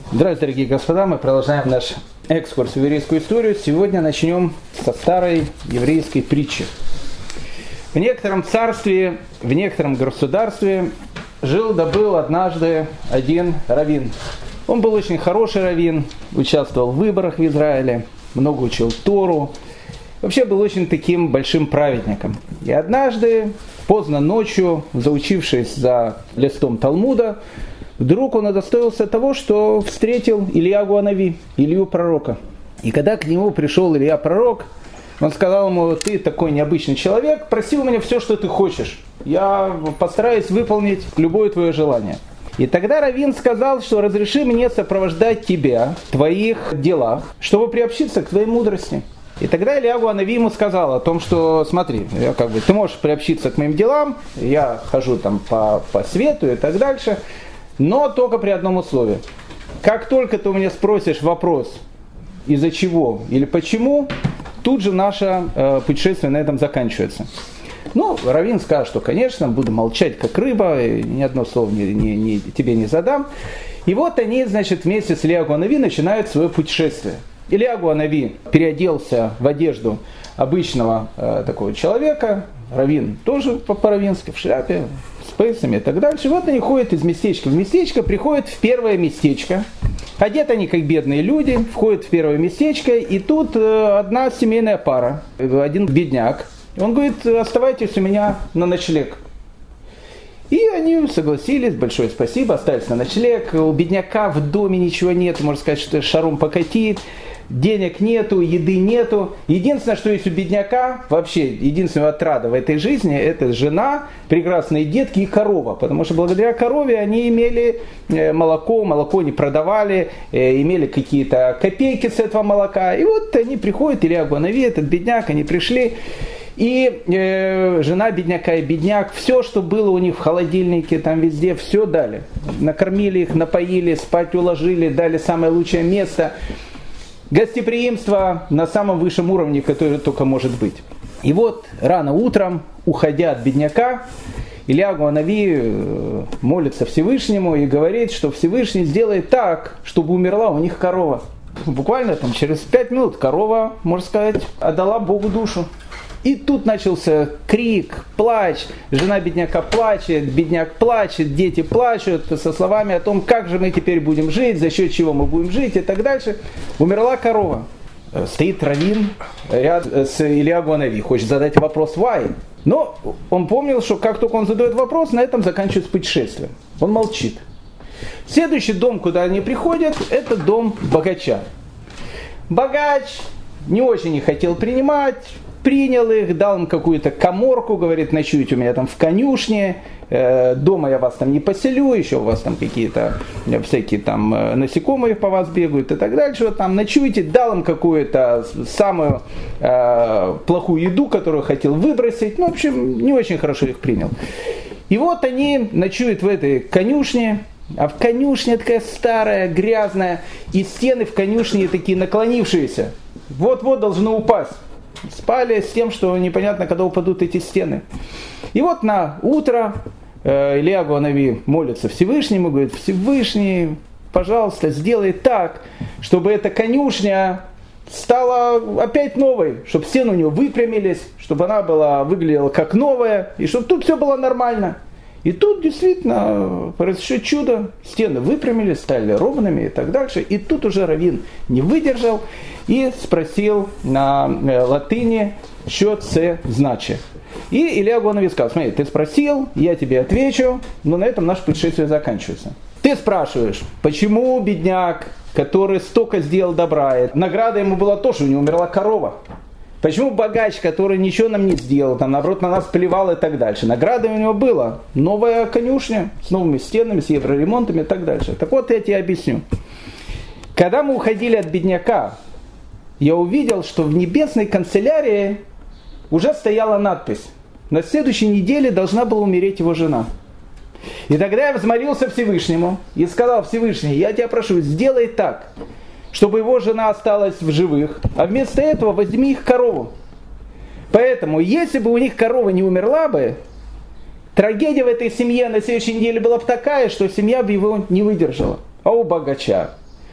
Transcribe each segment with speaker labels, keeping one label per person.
Speaker 1: Здравствуйте, дорогие господа, мы продолжаем наш экскурс в еврейскую историю. Сегодня начнем со старой еврейской притчи. В некотором царстве, в некотором государстве жил-да-был однажды один раввин. Он был очень хороший раввин, участвовал в выборах в Израиле, много учил Тору. Вообще был очень таким большим праведником. И однажды, поздно ночью, заучившись за листом Талмуда, вдруг он удостоился того, что встретил Ильягу Анави, Илью пророка. И когда к нему пришел Илья пророк, он сказал ему: ты такой необычный человек, проси у меня все, что ты хочешь. Я постараюсь выполнить любое твое желание. И тогда раввин сказал, что разреши мне сопровождать тебя в твоих делах, чтобы приобщиться к твоей мудрости. И тогда Ильягу Анави ему сказал о том, что смотри, ты можешь приобщиться к моим делам, я хожу там по свету и так дальше, но только при одном условии. Как только ты у меня спросишь вопрос, из-за чего или почему, тут же наше путешествие на этом заканчивается. Ну, раввин скажет, что, конечно, буду молчать, как рыба, и ни одно слово тебе не задам. И вот они, значит, вместе с Ильягу Анави начинают свое путешествие. Ильягу Анави переоделся в одежду обычного такого человека, раввин тоже по-раввински, в шляпе, с пейсами и так дальше. Вот они ходят из местечка в местечко, приходят в первое местечко. Одеты они как бедные люди, входят в первое местечко, и тут одна семейная пара, один бедняк. Он говорит: оставайтесь у меня на ночлег. И они согласились, большое спасибо, остались на ночлег. У бедняка в доме ничего нет, можно сказать, что шаром покатит. Денег нету, еды нету. Единственное, что есть у бедняка, вообще единственная отрада в этой жизни, это жена, прекрасные детки и корова. Потому что благодаря корове они имели молоко не продавали, имели какие-то копейки с этого молока. И вот они приходят, Ильягу Анави, этот бедняк, они пришли. И жена бедняка и бедняк, все, что было у них в холодильнике, там везде, все дали. Накормили их, напоили, спать уложили, дали самое лучшее место. Гостеприимство на самом высшем уровне, которое только может быть. И вот рано утром, уходя от бедняка, Ильягу Анави молится Всевышнему и говорит, что Всевышний сделает так, чтобы умерла у них корова. Буквально там через 5 минут корова, можно сказать, отдала Богу душу. И тут начался крик, плач, жена бедняка плачет, бедняк плачет, дети плачут со словами о том, как же мы теперь будем жить, за счет чего мы будем жить и так дальше. Умерла корова. Стоит раввин рядом с Ильягу Анави, хочет задать вопрос why. Но он помнил, что как только он задает вопрос, на этом заканчивается путешествие. Он молчит. Следующий дом, куда они приходят, это дом богача. Богач не очень их хотел принимать, принял их, дал им какую-то каморку, говорит: ночуйте у меня там в конюшне, дома я вас там не поселю, еще у вас там какие-то всякие там насекомые по вас бегают и так дальше, вот там ночуйте, дал им какую-то самую плохую еду, которую хотел выбросить, ну, в общем, не очень хорошо их принял. И вот они ночуют в этой конюшне, а в конюшне такая старая, грязная, и стены в конюшне такие наклонившиеся, вот-вот должны упасть. Спали с тем, что непонятно, когда упадут эти стены. И вот на утро Ильягу Анави молится Всевышнему, говорит: Всевышний, пожалуйста, сделай так, чтобы эта конюшня стала опять новой, чтобы стены у нее выпрямились, чтобы она выглядела как новая, и чтобы тут все было нормально. И тут действительно произошло чудо, стены выпрямились, стали ровными и так дальше. И тут уже раввин не выдержал и спросил на латыни, что це значит. И Ильягу Анави сказал: смотри, ты спросил, я тебе отвечу, но на этом наше путешествие заканчивается. Ты спрашиваешь, почему бедняк, который столько сделал добра, награда ему была то, что у него умерла корова. Почему богач, который ничего нам не сделал, там, наоборот, на нас плевал и так дальше. Наградой у него была новая конюшня с новыми стенами, с евроремонтами и так дальше. Так вот, я тебе объясню. Когда мы уходили от бедняка, я увидел, что в небесной канцелярии уже стояла надпись: на следующей неделе должна была умереть его жена. И тогда я взмолился Всевышнему и сказал: Всевышний, я тебя прошу, сделай так, чтобы его жена осталась в живых, а вместо этого возьми их корову. Поэтому, если бы у них корова не умерла бы, трагедия в этой семье на следующей неделе была бы такая, что семья бы его не выдержала. А у богача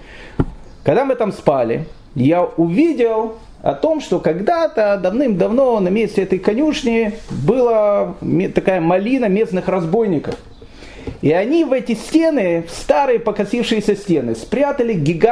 Speaker 1: Когда мы там спали, я увидел о том, что когда-то, давным-давно, на месте этой конюшни была такая малина местных разбойников. И они в эти стены, в старые покосившиеся стены, спрятали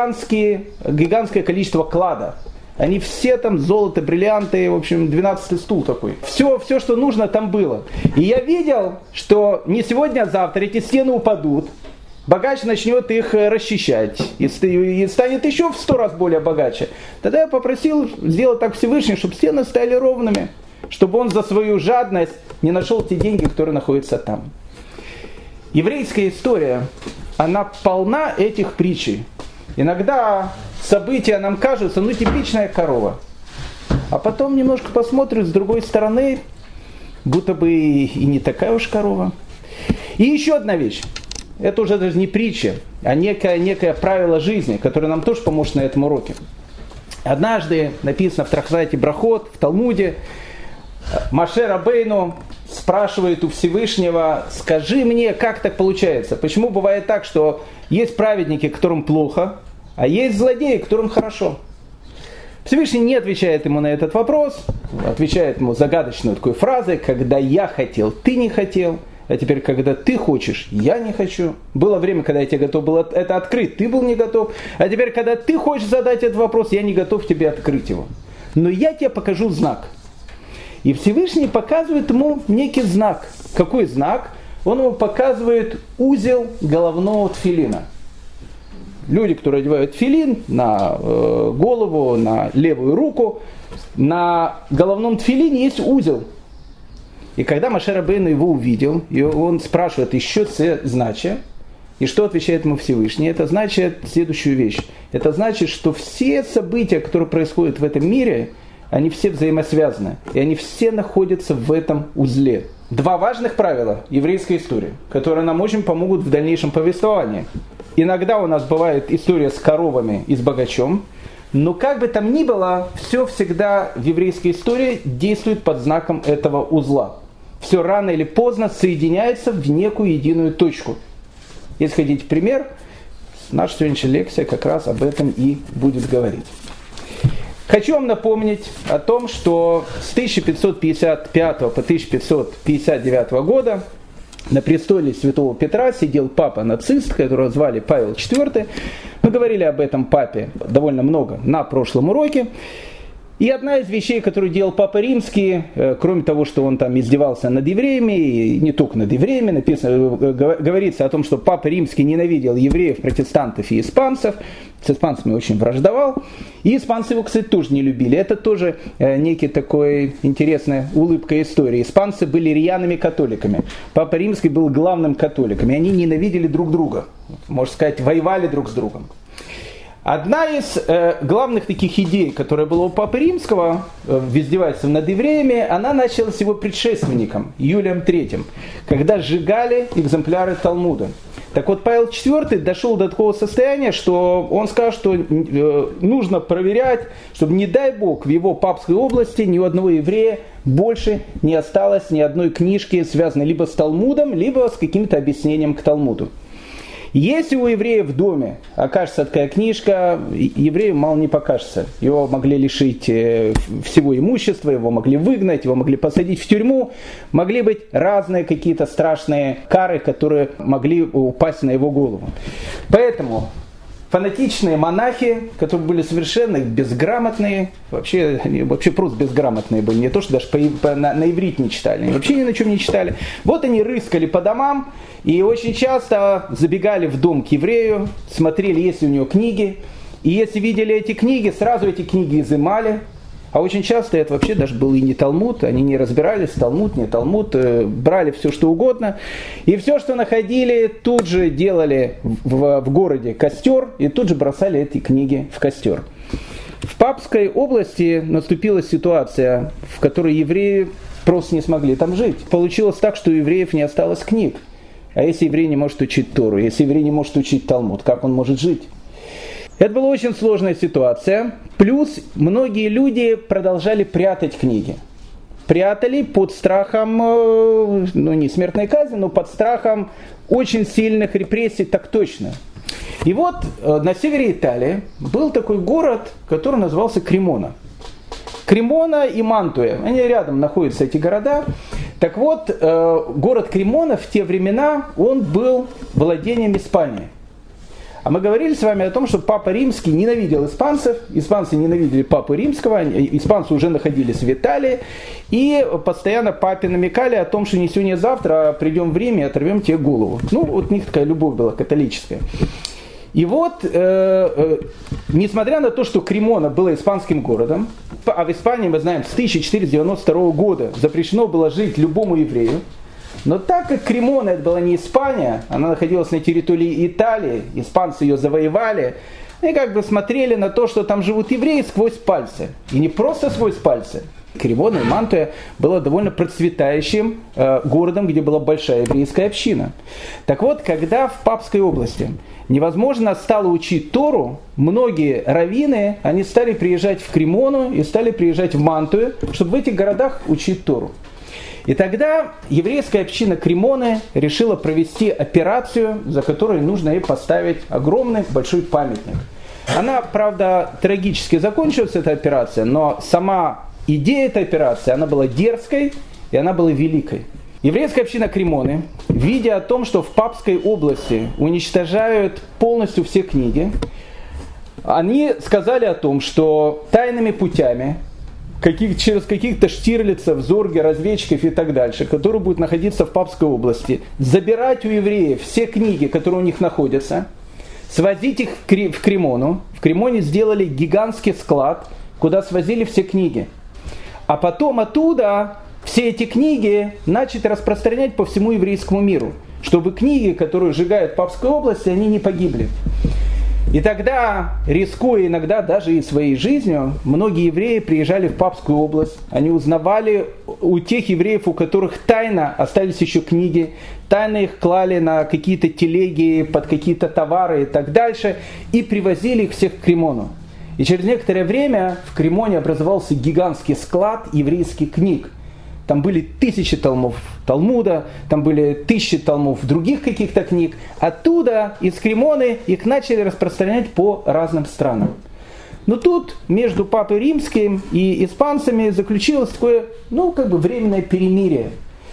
Speaker 1: гигантское количество клада. Они все там золото, бриллианты, в общем, 12-й стул такой. Все, что нужно, там было. И я видел, что не сегодня, а завтра эти стены упадут. Богач начнет их расчищать и станет еще в 100 раз более богаче. Тогда я попросил сделать так Всевышний, чтобы стены стали ровными, чтобы он за свою жадность не нашел те деньги, которые находятся там. Еврейская история, она полна этих притчей. Иногда события нам кажутся, типичная корова. А потом немножко посмотришь с другой стороны, будто бы и не такая уж корова. И еще одна вещь. Это уже даже не притча, а некое правило жизни, которое нам тоже поможет на этом уроке. Однажды написано в трактате Брахот, в Талмуде, Моше Рабейну спрашивает у Всевышнего: скажи мне, как так получается? Почему бывает так, что есть праведники, которым плохо, а есть злодеи, которым хорошо? Всевышний не отвечает ему на этот вопрос, отвечает ему загадочной такой фразой: когда я хотел, ты не хотел. А теперь, когда ты хочешь, я не хочу. Было время, когда я тебе готов был это открыть, ты был не готов. А теперь, когда ты хочешь задать этот вопрос, я не готов тебе открыть его. Но я тебе покажу знак. И Всевышний показывает ему некий знак. Какой знак? Он ему показывает узел головного тфилина. Люди, которые одевают тфилин на голову, на левую руку, на головном тфилине есть узел. И когда Моше Рабейну его увидел, и он спрашивает, еще це значит, и что отвечает ему Всевышний? Это значит следующую вещь. Это значит, что все события, которые происходят в этом мире, они все взаимосвязаны. И они все находятся в этом узле. Два важных правила еврейской истории, которые нам очень помогут в дальнейшем повествовании. Иногда у нас бывает история с коровами и с богачом. Но как бы там ни было, все всегда в еврейской истории действует под знаком этого узла. Все рано или поздно соединяется в некую единую точку. Если хотите пример, наша сегодняшняя лекция как раз об этом и будет говорить. Хочу вам напомнить о том, что с 1555 по 1559 года на престоле святого Петра сидел папа-нацист, которого звали Павел IV. Мы говорили об этом папе довольно много на прошлом уроке. И одна из вещей, которую делал Папа Римский, кроме того, что он там издевался над евреями, и не только над евреями, говорится о том, что Папа Римский ненавидел евреев, протестантов и испанцев, с испанцами очень враждовал, и испанцы его, кстати, тоже не любили. Это тоже некий такой интересная улыбка истории. Испанцы были рьяными католиками, Папа Римский был главным католиком, и они ненавидели друг друга, можно сказать, воевали друг с другом. Одна из главных таких идей, которая была у Папы Римского в издевательстве над евреями, она началась его предшественником, Юлием III, когда сжигали экземпляры Талмуда. Так вот, Павел IV дошел до такого состояния, что он сказал, что нужно проверять, чтобы, не дай бог, в его папской области ни у одного еврея больше не осталось ни одной книжки, связанной либо с Талмудом, либо с каким-то объяснением к Талмуду. Если у еврея в доме окажется такая книжка, еврею мало не покажется. Его могли лишить всего имущества, его могли выгнать, его могли посадить в тюрьму. Могли быть разные какие-то страшные кары, которые могли упасть на его голову. Поэтому фанатичные монахи, которые были совершенно безграмотные, вообще просто безграмотные были, не то, что даже на иврите не читали, они вообще ни на чем не читали. Вот они рыскали по домам и очень часто забегали в дом к еврею, смотрели, есть ли у него книги, и если видели эти книги, сразу эти книги изымали. А очень часто это вообще даже был и не Талмуд, они не разбирались, Талмуд, не Талмуд, брали все что угодно. И все, что находили, тут же делали в городе костер и тут же бросали эти книги в костер. В Папской области наступила ситуация, в которой евреи просто не смогли там жить. Получилось так, что у евреев не осталось книг. А если еврей не может учить Тору, если еврей не может учить Талмуд, как он может жить? Это была очень сложная ситуация. Плюс многие люди продолжали прятать книги. Прятали под страхом, не смертной казни, но под страхом очень сильных репрессий, так точно. И вот на севере Италии был такой город, который назывался Кремона. Кремона и Мантуя, они рядом находятся, эти города. Так вот, город Кремона в те времена, он был владением Испании. А мы говорили с вами о том, что Папа Римский ненавидел испанцев, испанцы ненавидели Папу Римского, испанцы уже находились в Италии, и постоянно Папе намекали о том, что не сегодня, а завтра придем в Рим и оторвем тебе голову. Ну, вот у них такая любовь была католическая. И вот, несмотря на то, что Кремона было испанским городом, а в Испании, мы знаем, с 1492 года запрещено было жить любому еврею, но так как Кремона это была не Испания, она находилась на территории Италии, испанцы ее завоевали, и как бы смотрели на то, что там живут евреи сквозь пальцы. И не просто сквозь пальцы. Кремона и Мантуя было довольно процветающим городом, где была большая еврейская община. Так вот, когда в Папской области невозможно стало учить Тору, многие раввины, они стали приезжать в Кремону и стали приезжать в Мантую, чтобы в этих городах учить Тору. И тогда еврейская община Кремоны решила провести операцию, за которой нужно ей поставить огромный большой памятник. Она, правда, трагически закончилась, эта операция, но сама идея этой операции, она была дерзкой и она была великой. Еврейская община Кремоны, видя о том, что в Папской области уничтожают полностью все книги, сказали о том, что тайными путями, через каких-то штирлицев, зорги, разведчиков и так дальше, которые будут находиться в Папской области, забирать у евреев все книги, которые у них находятся, свозить их в Кремону. В Кремоне сделали гигантский склад, куда свозили все книги. А потом оттуда все эти книги начали распространять по всему еврейскому миру, чтобы книги, которые сжигают в Папской области, они не погибли. И тогда, рискуя иногда даже и своей жизнью, многие евреи приезжали в Папскую область, они узнавали у тех евреев, у которых тайно остались еще книги, тайно их клали на какие-то телеги, под какие-то товары и так дальше, и привозили их всех в Кремону. И через некоторое время в Кремоне образовался гигантский склад еврейских книг. Там были 1000 томов Талмуда, там были 1000 томов других каких-то книг. Оттуда, из Кремоны, их начали распространять по разным странам. Но тут между Папой Римским и испанцами заключилось такое, временное перемирие.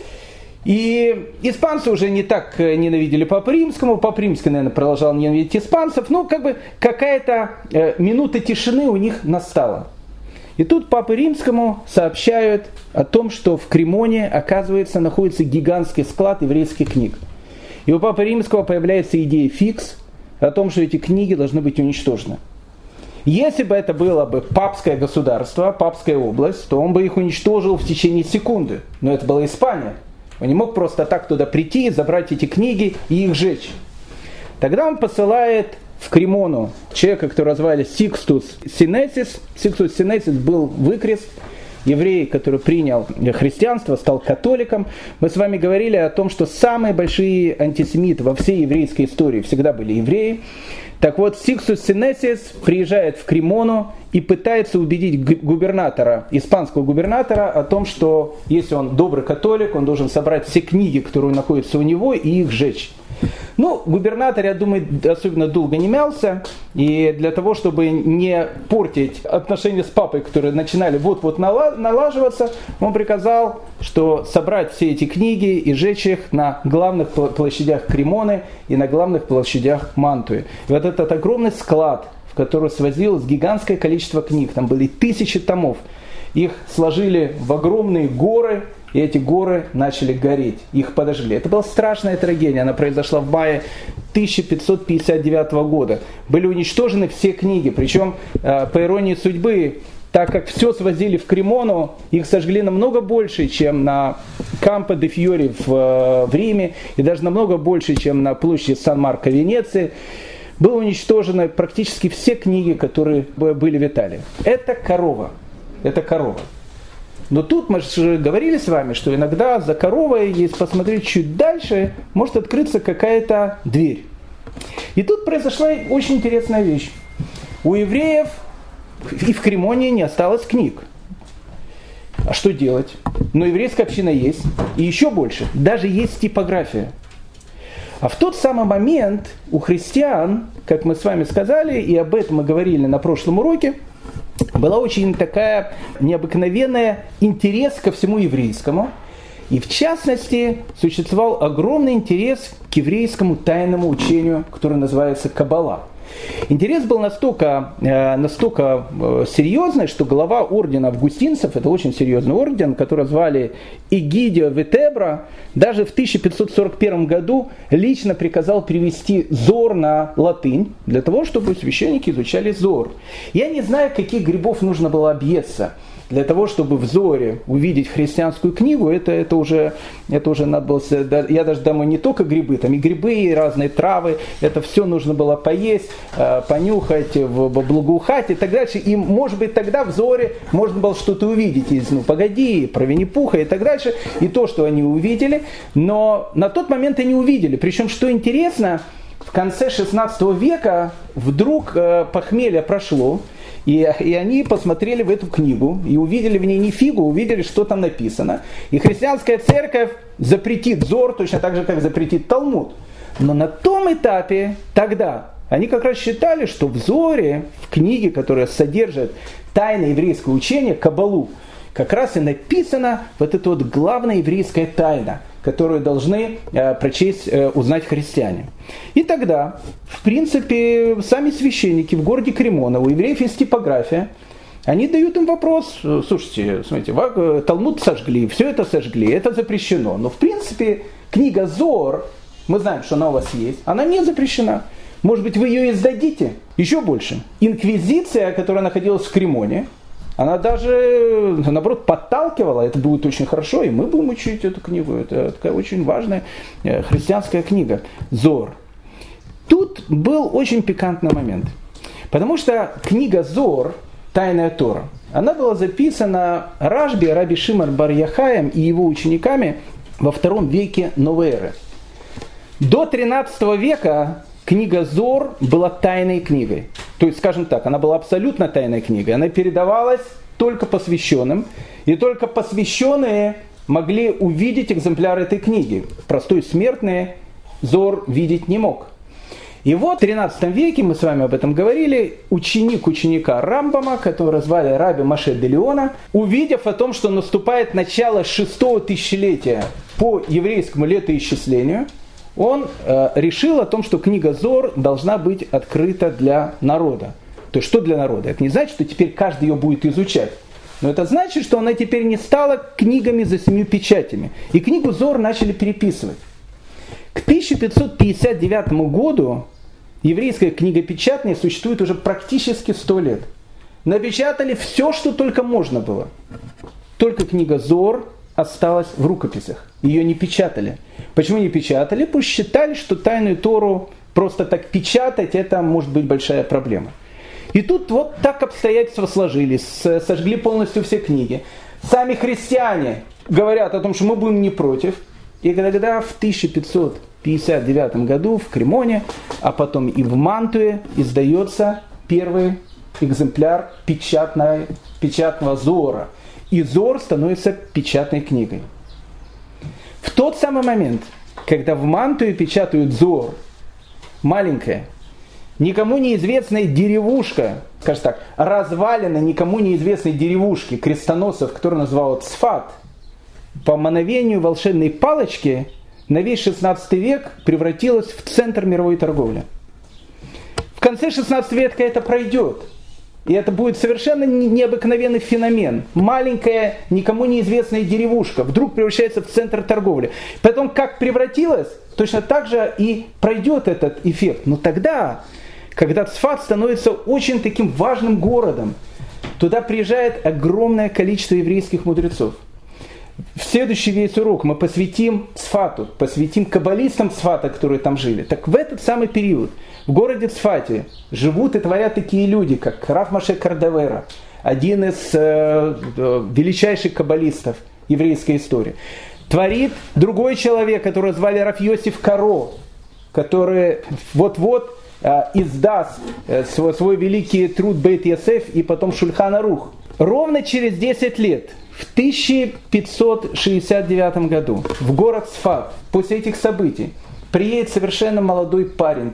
Speaker 1: И испанцы уже не так ненавидели Папу Римскому, Папа Римский, наверное, продолжал ненавидеть испанцев, какая-то минута тишины у них настала. И тут Папе Римскому сообщают о том, что в Кремоне, оказывается, находится гигантский склад еврейских книг. И у Папы Римского появляется идея фикс о том, что эти книги должны быть уничтожены. Если бы это было бы папское государство, папская область, то он бы их уничтожил в течение секунды. Но это была Испания. Он не мог просто так туда прийти, забрать эти книги и их сжечь. Тогда он посылает в Кремону человека, которого звали Сикстус Синесис. Сикстус Синесис был выкрест, еврей, который принял христианство, стал католиком. Мы с вами говорили о том, что самые большие антисемиты во всей еврейской истории всегда были евреи. Так вот, Сикстус Синесис приезжает в Кремону и пытается убедить губернатора, испанского губернатора, о том, что если он добрый католик, он должен собрать все книги, которые находятся у него, и их сжечь. Губернатор, я думаю, особенно долго не мялся, и для того, чтобы не портить отношения с папой, которые начинали вот-вот налаживаться, он приказал, что собрать все эти книги и сжечь их на главных площадях Кремоны и на главных площадях Мантуи. И вот этот огромный склад, в который свозилось гигантское количество книг, там были 1000 томов, их сложили в огромные горы, и эти горы начали гореть, их подожгли. Это была страшная трагедия, она произошла в мае 1559 года. Были уничтожены все книги, причем, по иронии судьбы, так как все свозили в Кремону, их сожгли намного больше, чем на Кампо де Фьори в Риме, и даже намного больше, чем на площади Сан-Марко в Венеции. Было уничтожено практически все книги, которые были в Италии. Это корова. Это корова. Но тут мы же говорили с вами, что иногда за коровой, если посмотреть чуть дальше, может открыться какая-то дверь. И тут произошла очень интересная вещь. У евреев и в Кремоне не осталось книг. А что делать? Но еврейская община есть. И еще больше. Даже есть типография. А в тот самый момент у христиан, как мы с вами сказали, и об этом мы говорили на прошлом уроке, была очень такая необыкновенная интерес ко всему еврейскому. И в частности, существовал огромный интерес к еврейскому тайному учению, которое называется Каббала. Интерес был настолько серьезный, что глава ордена августинцев, это очень серьезный орден, который звали Эгидио Витебра, даже в 1541 году лично приказал перевести Зор на латынь, для того, чтобы священники изучали Зор. Я не знаю, каких грибов нужно было объесться для того, чтобы в Зоре увидеть христианскую книгу. Это уже надо было, я даже думаю, не только грибы, там и грибы, и разные травы, это все нужно было поесть, понюхать, благоухать и так дальше. И, может быть, тогда в Зоре можно было что-то увидеть из «Погоди», про Винни-Пуха и так дальше, и то, что они увидели, но на тот момент они увидели. Причем, что интересно, в конце 16 века вдруг похмелье прошло, и они посмотрели в эту книгу и увидели в ней не фигу, увидели, что там написано. И христианская церковь запретит Зор, точно так же, как запретит Талмуд. Но на том этапе тогда они как раз считали, что в Зоре, в книге, которая содержит тайное еврейское учение, Каббалу, как раз и написана вот эта вот главная еврейская тайна, которую должны прочесть, узнать христиане. И тогда, в принципе, сами священники в городе Кремона, у евреев есть типография, они дают им вопрос: слушайте, смотрите, Талмуд сожгли, все это сожгли, это запрещено. Но в принципе книга Зор, мы знаем, что она у вас есть, она не запрещена. Может быть, вы ее издадите? Еще больше. Инквизиция, которая находилась в Кремоне, она даже, наоборот, подталкивала, это будет очень хорошо, и мы будем учить эту книгу. Это такая очень важная христианская книга, Зор. Тут был очень пикантный момент, потому что книга Зор, Тайная Тора, она была записана Раби Шимон бар Яхаем и его учениками во II веке новой эры. До XIII века книга Зор была тайной книгой. То есть, скажем так, она была абсолютно тайной книгой. Она передавалась только посвященным, и только посвященные могли увидеть экземпляр этой книги. Простой смертный Зор видеть не мог. И вот в XIII веке, мы с вами об этом говорили, ученик ученика Рамбама, которого звали Раби Моше де Леона, увидев о том, что наступает начало 6-го тысячелетия по еврейскому летоисчислению, он решил о том, что книга Зор должна быть открыта для народа. То есть что для народа? Это не значит, что теперь каждый ее будет изучать. Но это значит, что она теперь не стала книгами за 7 печатями. И книгу Зор начали переписывать. К 1559 году еврейское книгопечатание существует уже практически 100 лет. Напечатали все, что только можно было. Только книга Зор осталась в рукописях. Ее не печатали. Почему не печатали? Потому что считали, что Тайную Тору просто так печатать, это может быть большая проблема. И тут вот так обстоятельства сложились. Сожгли полностью все книги. Сами христиане говорят о том, что мы будем не против. И когда в 1559 году в Кремоне, а потом и в Мантуе издается первый экземпляр печатного Зора. И Зор становится печатной книгой. В тот самый момент, когда в Мантуе печатают Зор, маленькая, никому неизвестная деревушка, скажем так, развалина никому неизвестной деревушки крестоносцев, которую называют Цфат, по мановению волшебной палочки на весь 16 век превратилась в центр мировой торговли. В конце 16 века это пройдет. И это будет совершенно необыкновенный феномен. Маленькая, никому неизвестная деревушка вдруг превращается в центр торговли. Потом как превратилась, точно так же и пройдет этот эффект. Но тогда, когда Цфат становится очень таким важным городом, туда приезжает огромное количество еврейских мудрецов. В следующий весь урок мы посвятим Цфату, посвятим каббалистам Цфата, которые там жили. Так в этот самый период в городе Цфате живут и творят такие люди, как Рав Моше Кардавера, один из величайших каббалистов еврейской истории. Творит другой человек, которого звали Рав Йосиф Каро, который вот-вот издаст свой великий труд Бейт Йосеф и потом Шульхан Арух. Ровно через 10 лет, в 1569 году, в город Цфат, после этих событий, приедет совершенно молодой парень,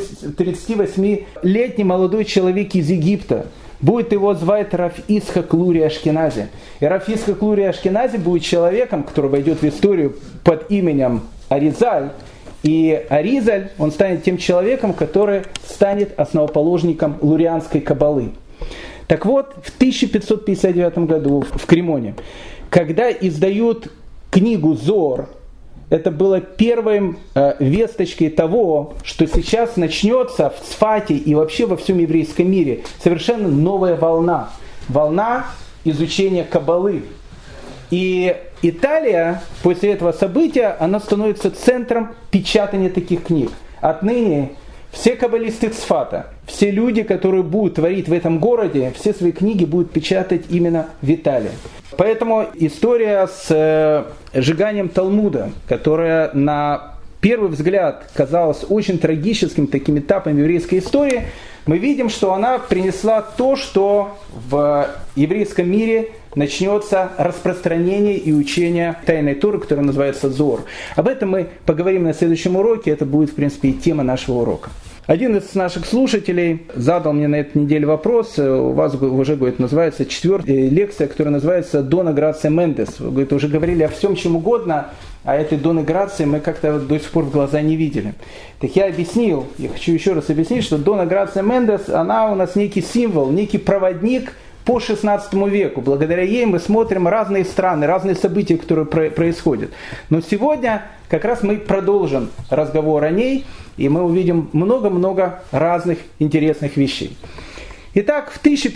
Speaker 1: 38-летний молодой человек из Египта. Будет его звать Рав Ицхак Лури Ашкенази. И Рав Ицхак Лури Ашкенази будет человеком, который войдет в историю под именем Аризаль. И Аризаль, он станет тем человеком, который станет основоположником лурианской каббалы. Так вот, в 1559 году в Кремоне, когда издают книгу Зоар, это было первой весточкой того, что сейчас начнется в Цфате и вообще во всем еврейском мире совершенно новая волна. Волна изучения каббалы. И Италия после этого события, она становится центром печатания таких книг. Отныне все каббалисты Цфата, все люди, которые будут творить в этом городе, все свои книги будут печатать именно в Италии. Поэтому история с сжиганием Талмуда, которая на первый взгляд казалась очень трагическим таким этапом еврейской истории, мы видим, что она принесла то, что в еврейском мире начнется распространение и учение тайной Торы, которая называется Зоар. Об этом мы поговорим на следующем уроке, это будет, в принципе, и тема нашего урока. Один из наших слушателей задал мне на этой неделе вопрос, у вас уже, говорит, называется 4-я лекция, которая называется «Дона Грация Мендес». Вы, говорит, уже говорили о всем, чем угодно, а этой Доны Грации мы как-то до сих пор в глаза не видели. Так я объяснил, я хочу еще раз объяснить, что Дона Грация Мендес, она у нас некий символ, некий проводник по 16 веку. Благодаря ей мы смотрим разные страны, разные события, которые происходят. Но сегодня как раз мы продолжим разговор о ней, и мы увидим много-много разных интересных вещей. Итак, в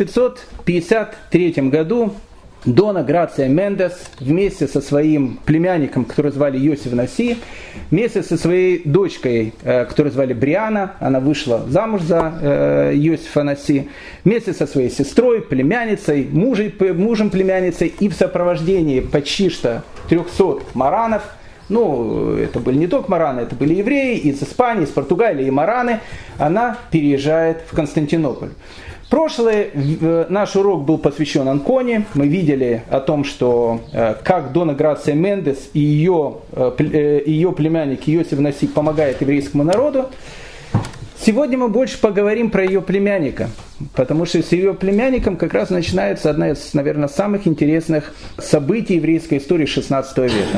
Speaker 1: 1553 году Дона Грация Мендес вместе со своим племянником, который звали Йосиф Наси, вместе со своей дочкой, которую звали Бриана, она вышла замуж за Йосифа Наси, вместе со своей сестрой, племянницей, мужем племянницей и в сопровождении почти что 300 маранов. Ну, это были не только мараны, это были евреи из Испании, из Португалии и мараны. Она переезжает в Константинополь. Прошлый наш урок был посвящен Анконе. Мы видели о том, что как Дона Грация Мендес и ее племянник Йосиф Наси помогает еврейскому народу. Сегодня мы больше поговорим про ее племянника, потому что с ее племянником как раз начинается одна из, наверное, самых интересных событий еврейской истории XVI века.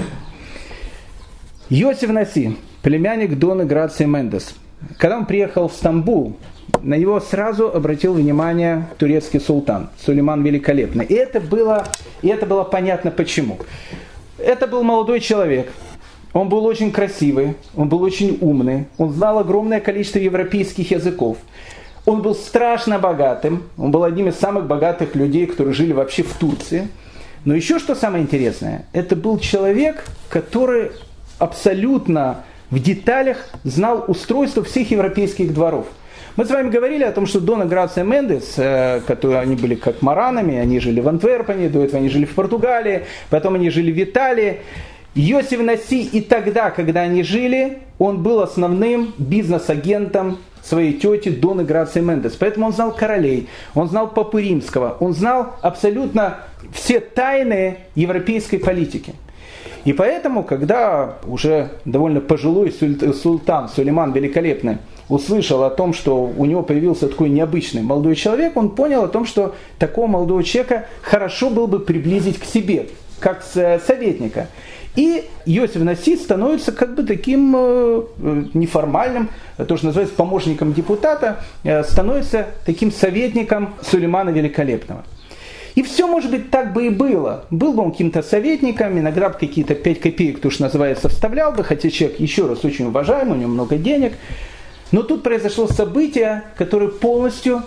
Speaker 1: Йосиф Наси, племянник Доны Грации Мендес, когда он приехал в Стамбул, на него сразу обратил внимание турецкий султан Сулейман Великолепный. И это было понятно почему. Это был молодой человек, он был очень красивый, он был очень умный, он знал огромное количество европейских языков. Он был страшно богатым, он был одним из самых богатых людей, которые жили вообще в Турции. Но еще что самое интересное, это был человек, который абсолютно в деталях знал устройство всех европейских дворов. Мы с вами говорили о том, что Дона Грация Мендес, которые они были как маранами, они жили в Антверпене, до этого они жили в Португалии, потом они жили в Италии. Йосиф Наси и тогда, когда они жили, он был основным бизнес-агентом своей тети Доны Грации Мендес. Поэтому он знал королей, он знал Папу Римского, он знал абсолютно все тайны европейской политики. И поэтому, когда уже довольно пожилой султан Сулейман Великолепный услышал о том, что у него появился такой необычный молодой человек, он понял о том, что такого молодого человека хорошо было бы приблизить к себе, как советника. И Йосиф Наси становится как бы таким неформальным, то, что называется помощником депутата, становится таким советником Сулеймана Великолепного. И все, может быть, так бы и было. Был бы он каким-то советником, иногда бы какие-то 5 копеек, то, что называется, вставлял бы, хотя человек, еще раз, очень уважаемый, у него много денег. Но тут произошло событие, которое полностью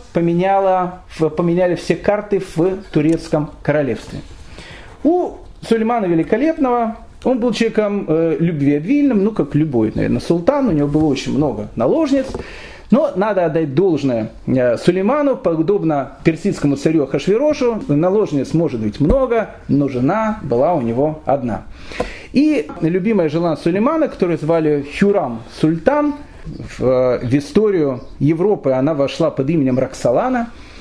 Speaker 1: поменяли все карты в турецком королевстве. У Сулеймана Великолепного, он был человеком любвеобильным, ну, как любой, наверное, султан, у него было очень много наложниц. Но надо отдать должное Сулейману, подобно персидскому царю Ахашверошу, наложниц может быть много, но жена была у него одна. И любимая жена Сулеймана, которую звали Хюрам Султан, в историю Европы она вошла под именем Роксолана.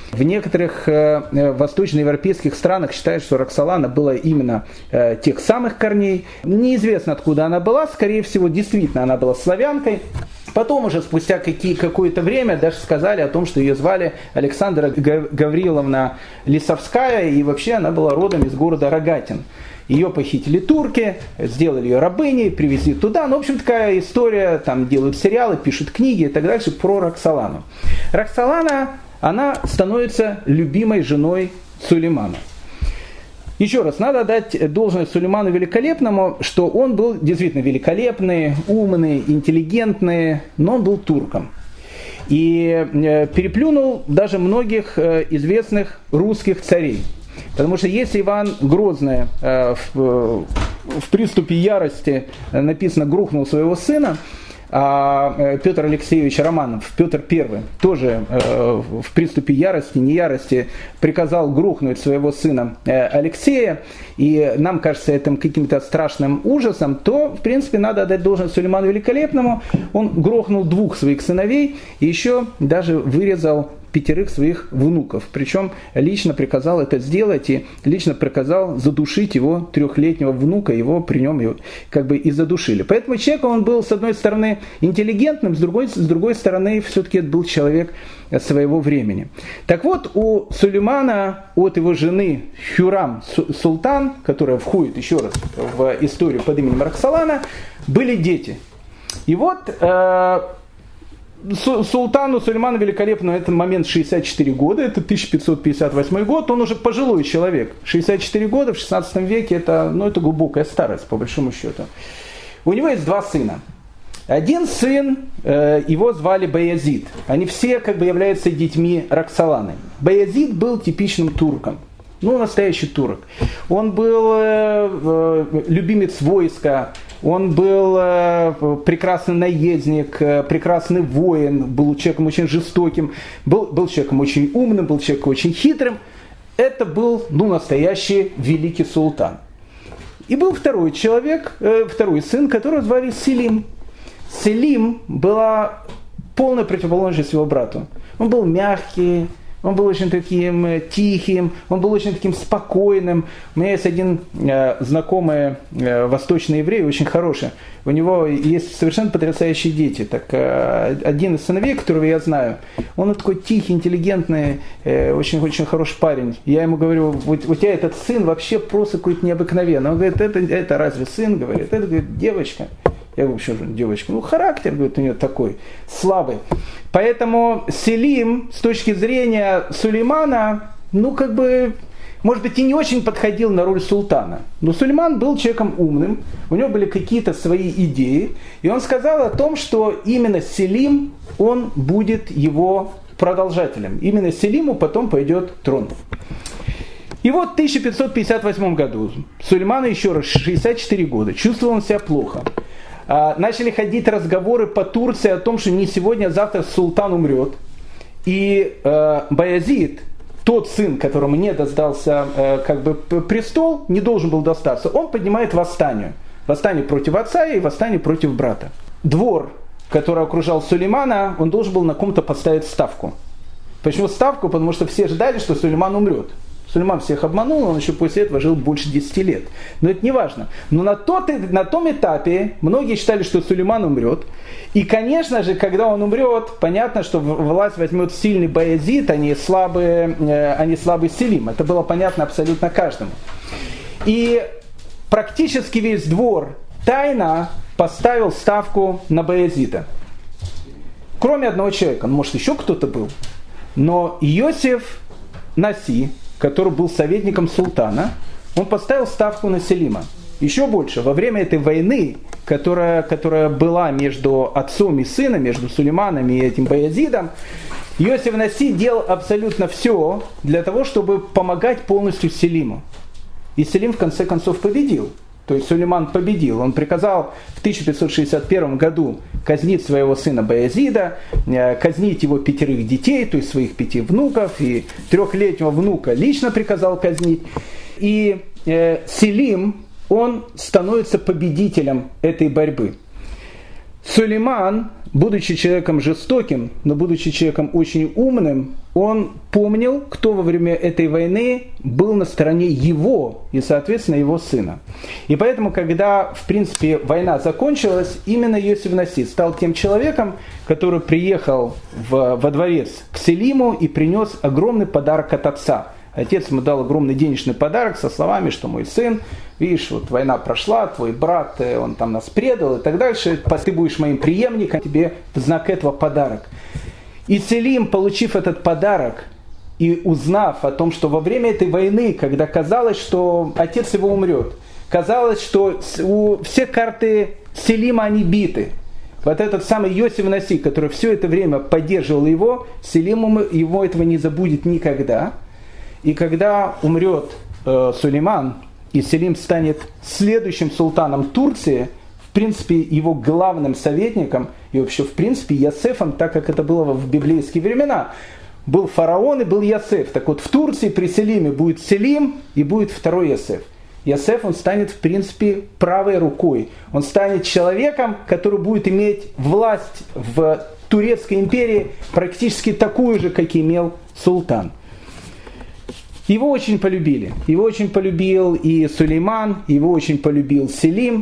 Speaker 1: В некоторых восточноевропейских странах считают, что Роксолана была именно тех самых корней. Неизвестно, откуда она была, скорее всего, действительно она была славянкой. Потом уже спустя какое-то время даже сказали о том, что ее звали Александра Гавриловна Лисовская, и вообще она была родом из города Рогатин. Ее похитили турки, сделали ее рабыней, привезли туда. Ну, в общем, такая история, там делают сериалы, пишут книги и так дальше про Роксолану. Роксолана, она становится любимой женой Сулеймана. Еще раз, надо дать должность Сулейману Великолепному, что он был действительно великолепный, умный, интеллигентный, но он был турком. И переплюнул даже многих известных русских царей. Потому что если Иван Грозный в приступе ярости, написано, грохнул своего сына, а Петр Алексеевич Романов, Петр I, тоже в приступе ярости, не ярости, приказал грохнуть своего сына Алексея, и нам кажется это каким-то страшным ужасом, то, в принципе, надо отдать должность Сулейману Великолепному. Он грохнул 2 своих сыновей и еще даже вырезал 5 своих внуков. Причем лично приказал это сделать и лично приказал задушить его 3-летнего внука, его при нем как бы и задушили. Поэтому человек, он был с одной стороны интеллигентным, с другой стороны все-таки это был человек своего времени. Так вот, у Сулеймана от его жены Хюрам Султан, которая входит еще раз в историю под именем Роксолана, были дети. И вот Султану Сулейману Великолепному на этот момент 64 года, это 1558 год, он уже пожилой человек. 64 года в 16 веке это глубокая старость, по большому счету. У него есть 2 сына. Один сын, его звали Баязид. Они все как бы являются детьми Роксоланы. Баязид был типичным турком. Настоящий турок. Он был любимец войска, он был прекрасный наездник, прекрасный воин, был человеком очень жестоким, был человеком очень умным, был человеком очень хитрым. Это был настоящий великий султан. И был второй человек, второй сын, которого звали Селим. Селим была полная противоположность его брату. Он был мягкий, он был очень таким тихим, он был очень таким спокойным. У меня есть один знакомый восточный еврей, очень хороший. У него есть совершенно потрясающие дети. Так, один из сыновей, которого я знаю, он такой тихий, интеллигентный, очень-очень хороший парень. Я ему говорю, у тебя этот сын вообще просто какой-то необыкновенный. Он говорит, это разве сын? Говорит, это, говорит, девочка. Я говорю, что же девочка? Характер, говорит, у нее такой слабый. Поэтому Селим, с точки зрения Сулеймана, может быть, и не очень подходил на роль султана. Но Сулейман был человеком умным, у него были какие-то свои идеи, и он сказал о том, что именно Селим, он будет его продолжателем. Именно Селиму потом пойдет трон. И вот в 1558 году Сулейману еще раз 64 года, чувствовал он себя плохо. Начали ходить разговоры по Турции о том, что не сегодня, а завтра султан умрет. И Баязид, тот сын, которому не достался престол, не должен был достаться, он поднимает восстание. Восстание против отца и восстание против брата. Двор, который окружал Сулеймана, он должен был на ком-то поставить ставку. Почему ставку? Потому что все ждали, что Сулейман умрет. Сулейман всех обманул, он еще после этого жил больше 10 лет. Но это не важно. Но на том этапе многие считали, что Сулейман умрет. И, конечно же, когда он умрет, понятно, что власть возьмет сильный Баязид, а не слабый Селим. Это было понятно абсолютно каждому. И практически весь двор тайно поставил ставку на Баязида. Кроме одного человека. Может, еще кто-то был. Но Иосиф Наси, который был советником султана, он поставил ставку на Селима. Еще больше, во время этой войны, которая была между отцом и сыном, между Сулейманом и этим Баязидом, Иосиф Наси делал абсолютно все для того, чтобы помогать полностью Селиму. И Селим в конце концов победил. То есть Сулейман победил. Он приказал в 1561 году казнить своего сына Баязида, казнить его 5 детей, то есть своих 5 внуков, и 3-летнего внука лично приказал казнить. И Селим, он становится победителем этой борьбы. Сулейман будучи человеком жестоким, но будучи человеком очень умным, он помнил, кто во время этой войны был на стороне его и, соответственно, его сына. И поэтому, когда, в принципе, война закончилась, именно Йосиф Наси стал тем человеком, который приехал во дворец к Селиму и принес огромный подарок от отца. Отец ему дал огромный денежный подарок со словами, что мой сын, видишь, вот война прошла, твой брат, он там нас предал и так дальше, ты будешь моим преемником, тебе в знак этого подарок. И Селим, получив этот подарок и узнав о том, что во время этой войны, когда казалось, что отец его умрет, казалось, что все карты Селима, они биты. Вот этот самый Йосиф Наси, который все это время поддерживал его, Селим его этого не забудет никогда. И когда умрет Сулейман, и Селим станет следующим султаном Турции, в принципе, его главным советником, и вообще, в принципе, Йосефом, так как это было в библейские времена. Был фараон и был Йосеф. Так вот, в Турции при Селиме будет Селим и будет второй Йосеф. Йосеф, он станет, в принципе, правой рукой. Он станет человеком, который будет иметь власть в Турецкой империи практически такую же, как имел султан. Его очень полюбили. Его очень полюбил и Сулейман, его очень полюбил Селим.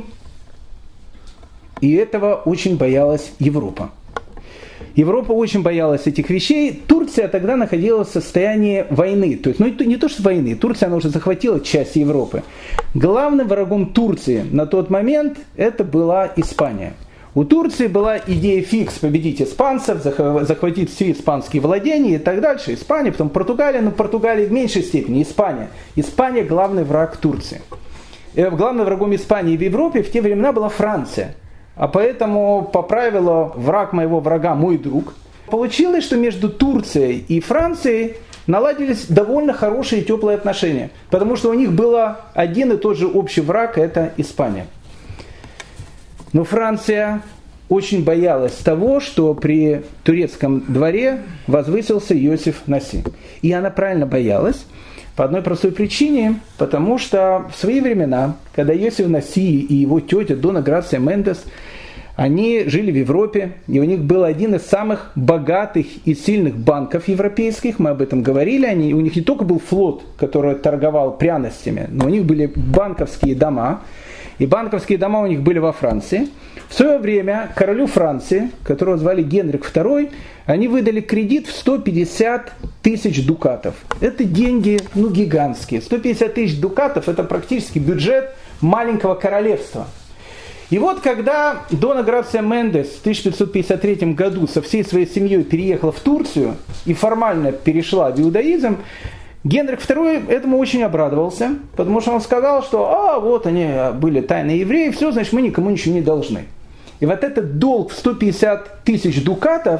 Speaker 1: И этого очень боялась Европа. Европа очень боялась этих вещей. Турция тогда находилась в состоянии войны. То есть, не то что войны, Турция она уже захватила часть Европы. Главным врагом Турции на тот момент это была Испания. У Турции была идея фикс победить испанцев, захватить все испанские владения и так дальше. Испания, потом Португалия, но Португалия в меньшей степени, Испания. Испания главный враг Турции. Главным врагом Испании в Европе в те времена была Франция. А поэтому по правилу «враг моего врага мой друг». Получилось, что между Турцией и Францией наладились довольно хорошие и теплые отношения. Потому что у них был один и тот же общий враг – это Испания. Но Франция очень боялась того, что при турецком дворе возвысился Йосиф Наси. И она правильно боялась по одной простой причине, потому что в свои времена, когда Йосиф Наси и его тетя Дона Грация Мендес, они жили в Европе, и у них был один из самых богатых и сильных банков европейских, мы об этом говорили, у них не только был флот, который торговал пряностями, но у них были банковские дома, и банковские дома у них были во Франции. В свое время королю Франции, которого звали Генрих II, они выдали кредит в 150 тысяч дукатов. Это деньги, гигантские. 150 тысяч дукатов – это практически бюджет маленького королевства. И вот когда Дона Грация Мендес в 1553 году со всей своей семьей переехала в Турцию и формально перешла в иудаизм, Генрих II этому очень обрадовался, потому что он сказал, что вот они были тайные евреи, все, значит, мы никому ничего не должны. И вот этот долг в 150 тысяч дукатов,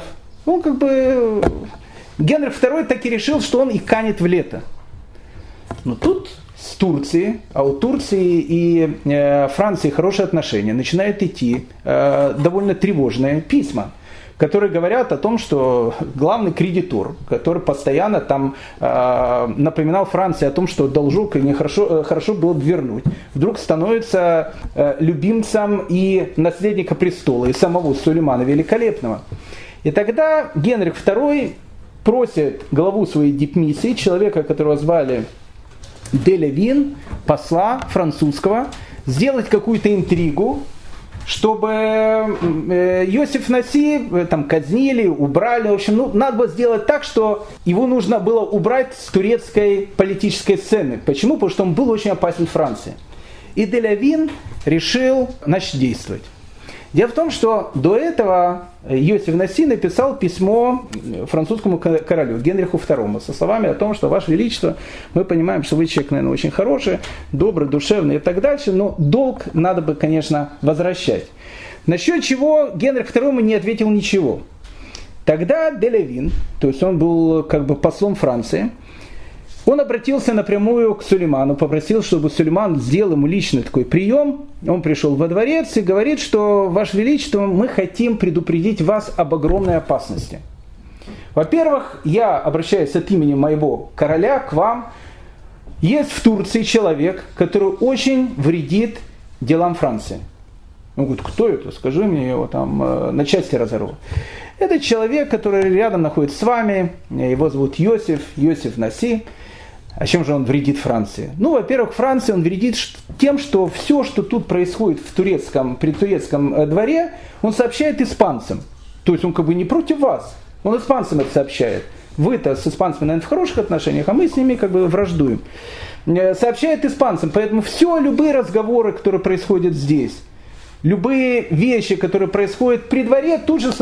Speaker 1: Генрих II так и решил, что он и канет в лето. Но тут с Турцией, а у Турции и Франции хорошие отношения, начинают идти довольно тревожные письма, которые говорят о том, что главный кредитор, который постоянно там напоминал Франции о том, что должок хорошо было бы вернуть, вдруг становится любимцем и наследника престола, и самого Сулеймана Великолепного. И тогда Генрих II просит главу своей дипмиссии, человека, которого звали де Левин, посла французского, сделать какую-то интригу, чтобы Йосиф Наси там казнили, убрали. В общем, надо было сделать так, что его нужно было убрать с турецкой политической сцены. Почему? Потому что он был очень опасен Франции. И де Левин решил, действовать. Дело в том, что до этого Йосиф Наси написал письмо французскому королю Генриху II со словами о том, что Ваше Величество, мы понимаем, что вы человек, наверное, очень хороший, добрый, душевный и так дальше, но долг надо бы, конечно, возвращать. Насчет чего Генрих II не ответил ничего. Тогда де Левин, то есть он был послом Франции, он обратился напрямую к Сулейману, попросил, чтобы Сулейман сделал ему личный такой прием. Он пришел во дворец и говорит, что, Ваше Величество, мы хотим предупредить вас об огромной опасности. Во-первых, я обращаюсь от имени моего короля к вам. Есть в Турции человек, который очень вредит делам Франции. Он говорит, кто это? Скажи мне, его там на части разорву. Это человек, который рядом находится с вами, его зовут Йосиф Наси. А чем же он вредит Франции? Ну, во-первых, Франции он вредит тем, что все, что тут происходит при турецком дворе, он сообщает испанцам. То есть он как бы не против вас, он испанцам это сообщает. Вы-то с испанцами, наверное, в хороших отношениях, а мы с ними как бы враждуем. Сообщает испанцам, поэтому любые разговоры, которые происходят здесь, любые вещи, которые происходят при дворе, тут же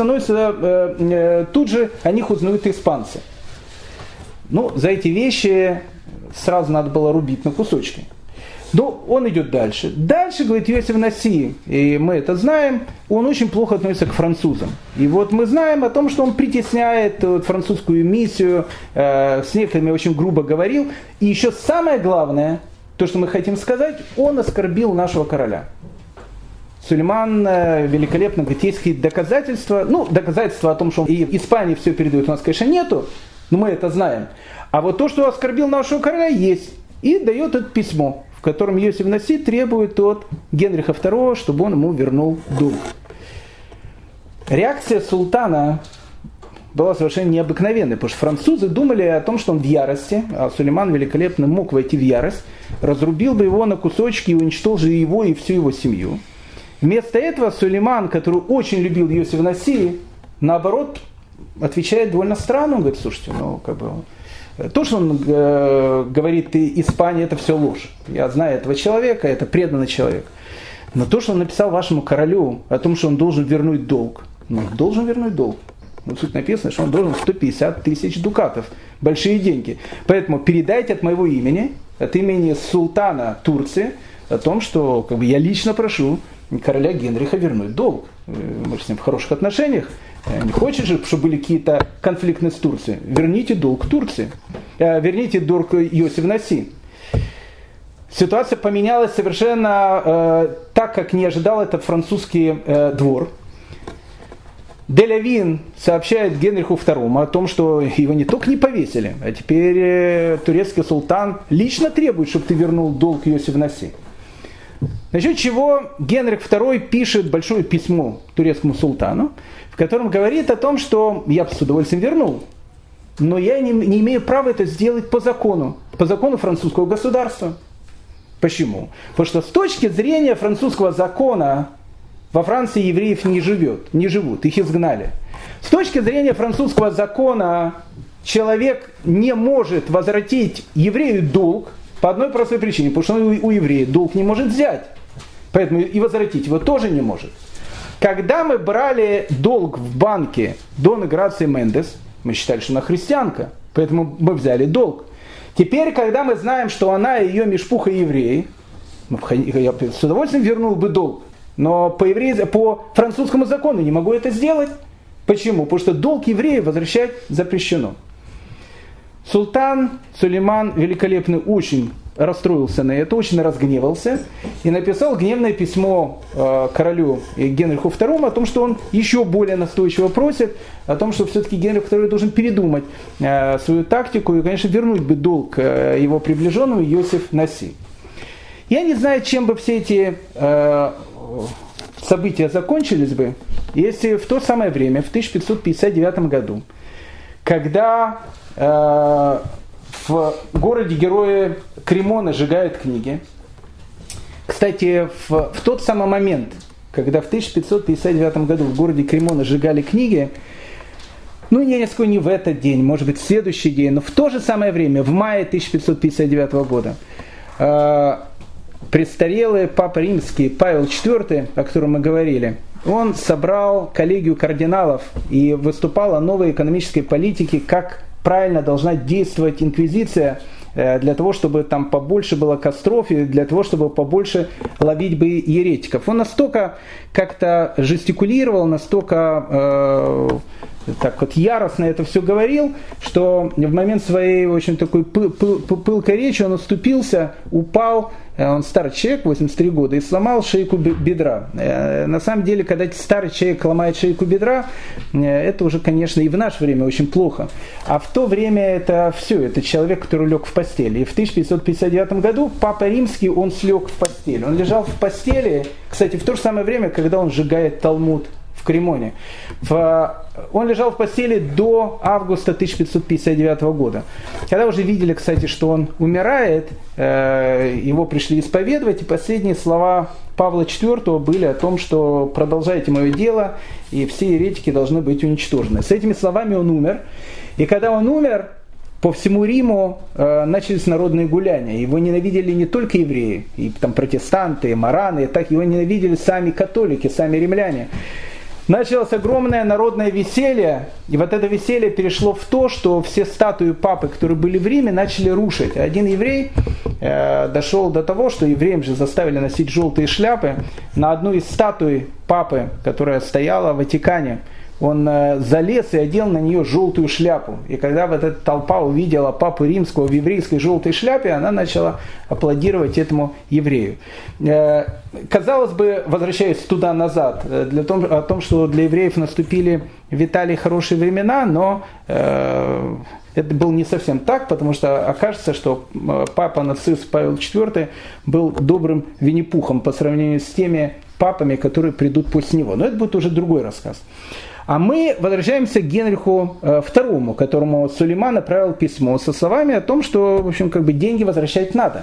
Speaker 1: о них узнают испанцы. Ну, за эти вещи сразу надо было рубить на кусочки. Но он идет дальше. Дальше, говорит Йосиф Наси, и мы это знаем, он очень плохо относится к французам. И вот мы знаем о том, что он притесняет французскую миссию, с некоторыми очень грубо говорил. И еще самое главное, то, что мы хотим сказать, он оскорбил нашего короля. Сулейман великолепно говорит, есть доказательства. Ну, доказательства о том, что и в Испании все передают, у нас, конечно, нету, но мы это знаем. А вот то, что оскорбил нашего короля, есть. И дает это письмо, в котором Йосиф Наси требует от Генриха II, чтобы он ему вернул долг. Реакция султана была совершенно необыкновенной, потому что французы думали о том, что он в ярости, а Сулейман великолепно мог войти в ярость, разрубил бы его на кусочки и уничтожил его и всю его семью. Вместо этого Сулейман, который очень любил Йосиф Наси, наоборот, отвечает довольно странно. Он говорит, слушайте, то, что он говорит, Испания, это все ложь. Я знаю этого человека, это преданный человек. Но то, что он написал вашему королю о том, что он должен вернуть долг, должен вернуть долг. Тут написано, что он должен 150 тысяч дукатов. Большие деньги. Поэтому передайте от моего имени, от имени султана Турции, о том, что я лично прошу короля Генриха вернуть долг. Мы с ним в хороших отношениях. Не хочет же, чтобы были какие-то конфликты с Турцией. Верните долг Турции. Верните долг Йосиф Наси. Ситуация поменялась совершенно так, как не ожидал этот французский двор. Дель-Авин сообщает Генриху II о том, что его не только не повесили, а теперь турецкий султан лично требует, чтобы ты вернул долг Йосиф Наси. Насчет чего Генрих II пишет большое письмо турецкому султану, в котором говорит о том, что я бы с удовольствием вернул, но я не имею права это сделать по закону французского государства. Почему? Потому что с точки зрения французского закона во Франции евреев не живут, их изгнали. С точки зрения французского закона человек не может возвратить еврею долг по одной простой причине, потому что он у еврея долг не может взять, поэтому и возвратить его тоже не может. Когда мы брали долг в банке Доны Грации Мендес, мы считали, что она христианка, поэтому мы взяли долг. Теперь, когда мы знаем, что она и ее мишпуха евреи, я с удовольствием вернул бы долг, но по французскому закону не могу это сделать. Почему? Потому что долг евреев возвращать запрещено. Султан Сулейман великолепный очень расстроился на это, очень разгневался и написал гневное письмо королю Генриху II о том, что он еще более настойчиво просит, о том, что все-таки Генрих II должен передумать свою тактику и, конечно, вернуть бы долг его приближенному Йосиф Наси. Я не знаю, чем бы все эти события закончились бы, если в то самое время, в 1559 году, когда в городе-герое Кремона сжигают книги. Кстати, в тот самый момент, когда в 1559 году в городе Кремона сжигали книги, не в этот день, может быть, в следующий день, но в то же самое время, в мае 1559 года, престарелый папа римский Павел IV, о котором мы говорили, он собрал коллегию кардиналов и выступал о новой экономической политике, как правильно должна действовать инквизиция для того, чтобы там побольше было костров и для того, чтобы побольше ловить бы еретиков. Он настолько как-то жестикулировал, настолько так вот яростно это все говорил, что в момент своей очень такой пылкой речи он оступился, упал, он старый человек, 83 года, и сломал шейку бедра. На самом деле, когда старый человек ломает шейку бедра, это уже, конечно, и в наше время очень плохо. А в то время это все, это человек, который лег в постели. И в 1559 году Папа Римский, он слег в постель. Он лежал в постели, кстати, в то же самое время, когда он сжигает Талмуд в Кремоне. Он лежал в постели до августа 1559 года. Когда уже видели, кстати, что он умирает, его пришли исповедовать, и последние слова Павла IV были о том, что продолжайте мое дело, и все еретики должны быть уничтожены. С этими словами он умер. И когда он умер, по всему Риму начались народные гуляния. Его ненавидели не только евреи, и там протестанты, и мараны, и так его ненавидели сами католики, сами римляне. Началось огромное народное веселье, и вот это веселье перешло в то, что все статуи папы, которые были в Риме, начали рушить. Один еврей дошел до того, что евреям же заставили носить желтые шляпы. На одну из статуй папы, которая стояла в Ватикане, он залез и одел на нее желтую шляпу. И когда вот эта толпа увидела папу римского в еврейской желтой шляпе, она начала аплодировать этому еврею. Казалось бы, возвращаясь туда-назад, о том, что для евреев наступили витали хорошие времена, но это было не совсем так, потому что окажется, что папа-нацист Павел IV был добрым Винни-Пухом по сравнению с теми папами, которые придут после него. Но это будет уже другой рассказ. А мы возвращаемся к Генриху II, которому Сулейман направил письмо со словами о том, что, в общем, деньги возвращать надо.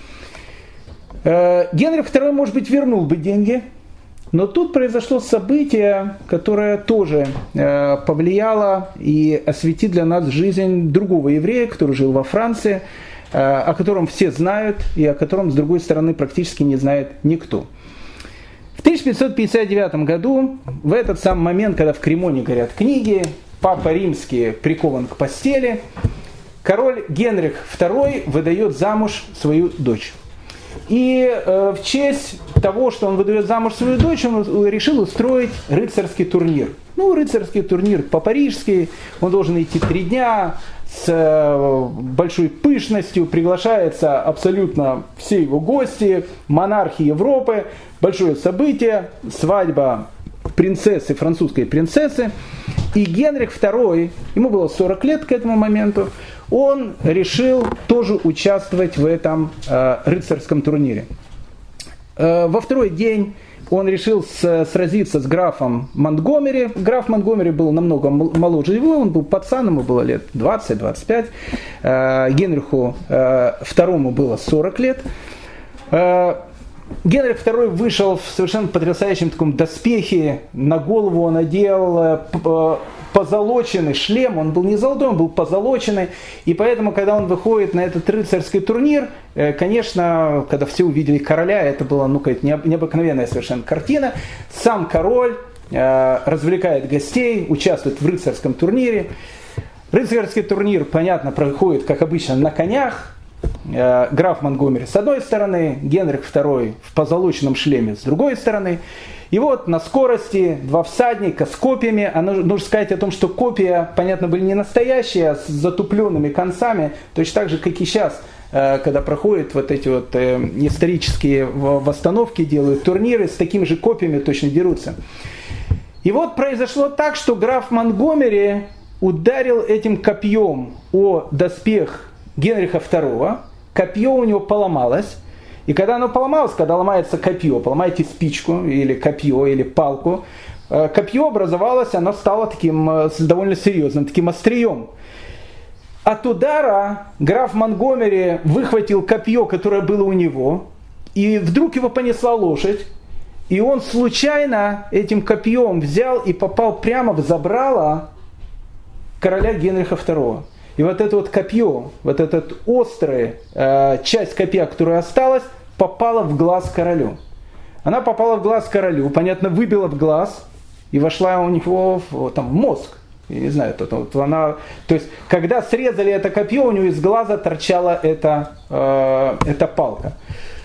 Speaker 1: Генрих II, может быть, вернул бы деньги, но тут произошло событие, которое тоже повлияло и осветит для нас жизнь другого еврея, который жил во Франции, о котором все знают и о котором, с другой стороны, практически не знает никто. В 1559 году, в этот самый момент, когда в Кремоне горят книги, Папа Римский прикован к постели, король Генрих II выдает замуж свою дочь. И в честь того, что он выдает замуж свою дочь, он решил устроить рыцарский турнир. Рыцарский турнир по-парижски, он должен идти 3 дня, с большой пышностью, приглашаются абсолютно все его гости, монархи Европы, большое событие, свадьба принцессы, французской принцессы. И Генрих II, ему было 40 лет к этому моменту, он решил тоже участвовать в этом рыцарском турнире. Во второй день он решил сразиться с графом Монтгомери. Граф Монтгомери был намного моложе его, он был пацаном, ему было лет 20-25. Генриху II было 40 лет. Генрих II вышел в совершенно потрясающем таком доспехе, на голову он надел позолоченный шлем, он был не золотой, он был позолоченный, и поэтому, когда он выходит на этот рыцарский турнир, конечно, когда все увидели короля, это была необыкновенная совершенно картина. Сам король развлекает гостей, участвует в рыцарском турнире. Рыцарский турнир, понятно, проходит, как обычно, на конях. Граф Монтгомери с одной стороны, Генрих II в позолоченном шлеме с другой стороны. И вот на скорости 2 всадника с копьями. Нужно сказать о том, что копья, понятно, были не настоящие, а с затупленными концами. Точно так же, как и сейчас, когда проходят вот эти вот исторические восстановки, делают турниры, с такими же копьями точно дерутся. И вот произошло так, что граф Монтгомери ударил этим копьем о доспех Генриха II, копье у него поломалось, и когда оно поломалось, когда ломается копье, поломаете спичку или копье, или палку, копье образовалось, оно стало таким довольно серьезным, таким острием. От удара граф Монтгомери выхватил копье, которое было у него, и вдруг его понесла лошадь, и он случайно этим копьем взял и попал прямо в забрало короля Генриха II. И вот это вот копье, вот эта острая часть копья, которая осталась, попала в глаз королю. Она попала в глаз королю, понятно, выбила в глаз и вошла у него в мозг. Я не знаю, то есть, когда срезали это копье, у него из глаза торчала эта палка.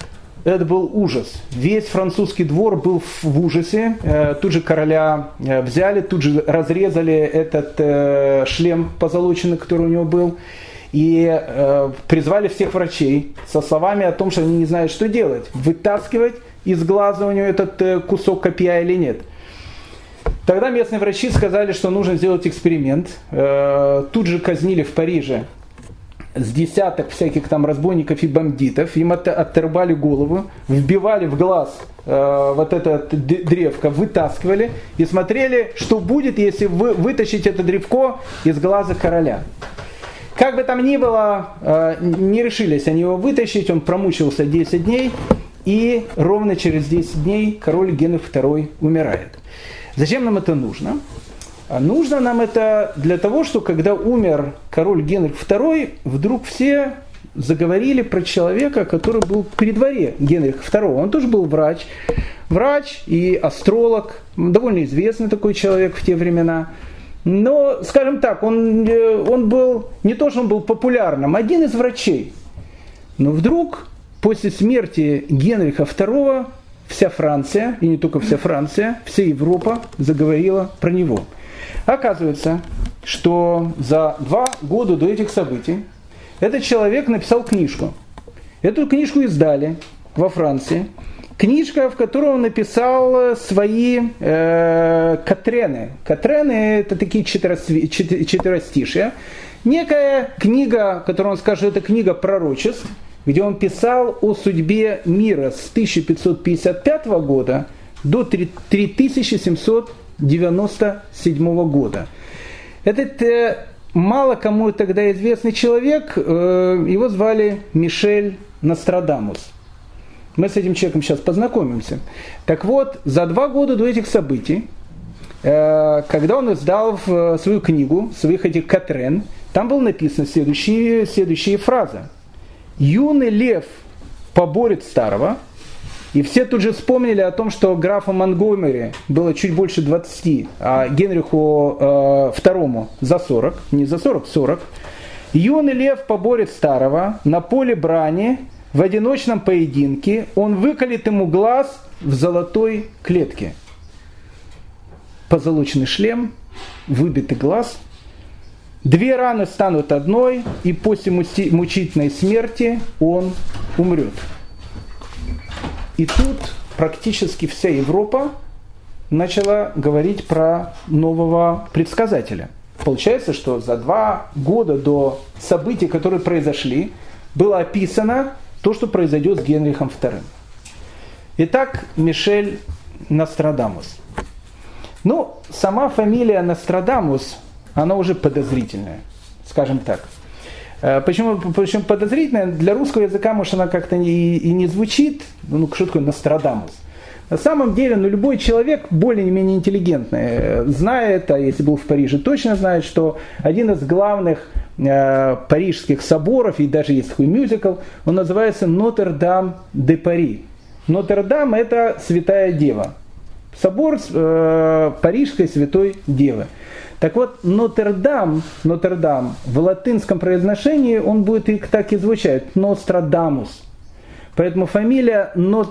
Speaker 1: это был ужас. Весь французский двор был в ужасе. Тут же короля взяли, тут же разрезали этот шлем позолоченный, который у него был. И призвали всех врачей со словами о том, что они не знают, что делать. Вытаскивать из глаза у него этот кусок копья или нет. Тогда местные врачи сказали, что нужно сделать эксперимент. Тут же казнили в Париже с десяток всяких там разбойников и бандитов. Им отрубали голову, вбивали в глаз вот это древко, вытаскивали и смотрели, что будет, если вытащить это древко из глаза короля. Как бы там ни было, не решились они его вытащить, он промучился 10 дней, и ровно через 10 дней король Генрих II умирает. Зачем нам это нужно? Нужно нам это для того, что когда умер король Генрих II, вдруг все заговорили про человека, который был при дворе Генриха II. Он тоже был врач и астролог, довольно известный такой человек в те времена. Но, скажем так, он был, не то что он был популярным, один из врачей. Но вдруг, после смерти Генриха II, вся Франция, и не только вся Франция, вся Европа заговорила про него. Оказывается, что за 2 года до этих событий этот человек написал книжку. Эту книжку издали во Франции. Книжка, в которой он написал свои катрены. Катрены – это такие четверостишия. Некая книга, которую он скажет, это книга пророчеств, где он писал о судьбе мира с 1555 года до 3797 года. Этот мало кому тогда известный человек, его звали Мишель Нострадамус. Мы с этим человеком сейчас познакомимся. Так вот, за 2 года до этих событий, когда он издал свою книгу, своих этих катрен, там было написано следующие фразы. «Юный лев поборет старого». И все тут же вспомнили о том, что графу Монгомери было чуть больше 20, а Генриху II за 40, не за 40, 40. «Юный лев поборет старого на поле брани, в одиночном поединке, он выколет ему глаз в золотой клетке». Позолоченный шлем, выбитый глаз. 2 раны станут одной, и после мучительной смерти он умрет. И тут практически вся Европа начала говорить про нового предсказателя. Получается, что за 2 года до событий, которые произошли, было описано то, что произойдет с Генрихом II. Итак, Мишель Нострадамус. Ну, сама фамилия Нострадамус, она уже подозрительная, скажем так. Почему подозрительная? Для русского языка, может, она как-то и не звучит. Ну, что такое Нострадамус? На самом деле, любой человек, более-менее интеллигентный, знает, а если был в Париже, точно знает, что один из главных парижских соборов, и даже есть такой мюзикл, он называется «Нотр-Дам-де-Пари». Нотр-Дам – это Святая Дева. Собор Парижской Святой Девы. Так вот, Нотр-Дам в латинском произношении, он будет так и звучать, Нострадамус. Поэтому фамилия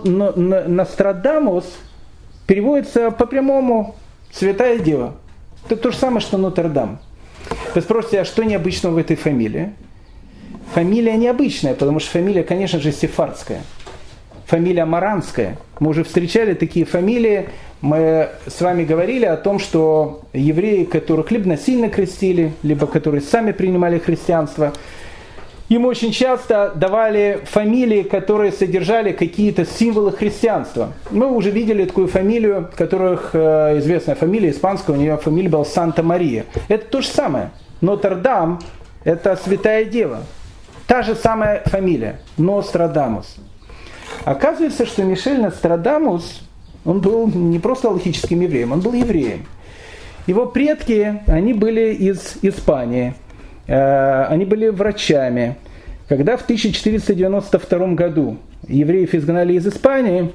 Speaker 1: Нострадамус переводится по-прямому Святая Дева. Это то же самое, что Нотр-Дам. Вы спросите, а что необычного в этой фамилии? Фамилия необычная, потому что фамилия, конечно же, сефардская. Фамилия маранская. Мы уже встречали такие фамилии. Мы с вами говорили о том, что евреи, которых либо насильно крестили, либо которые сами принимали христианство, им очень часто давали фамилии, которые содержали какие-то символы христианства. Мы уже видели такую фамилию, которых известная фамилия испанская, у нее фамилия была Санта-Мария. Это то же самое. Нотр-Дам – это Святая Дева. Та же самая фамилия – Нострадамус. Оказывается, что Мишель Нострадамус, он был не просто аллахическим евреем, он был евреем. Его предки, они были из Испании. Они были врачами. Когда в 1492 году евреев изгнали из Испании,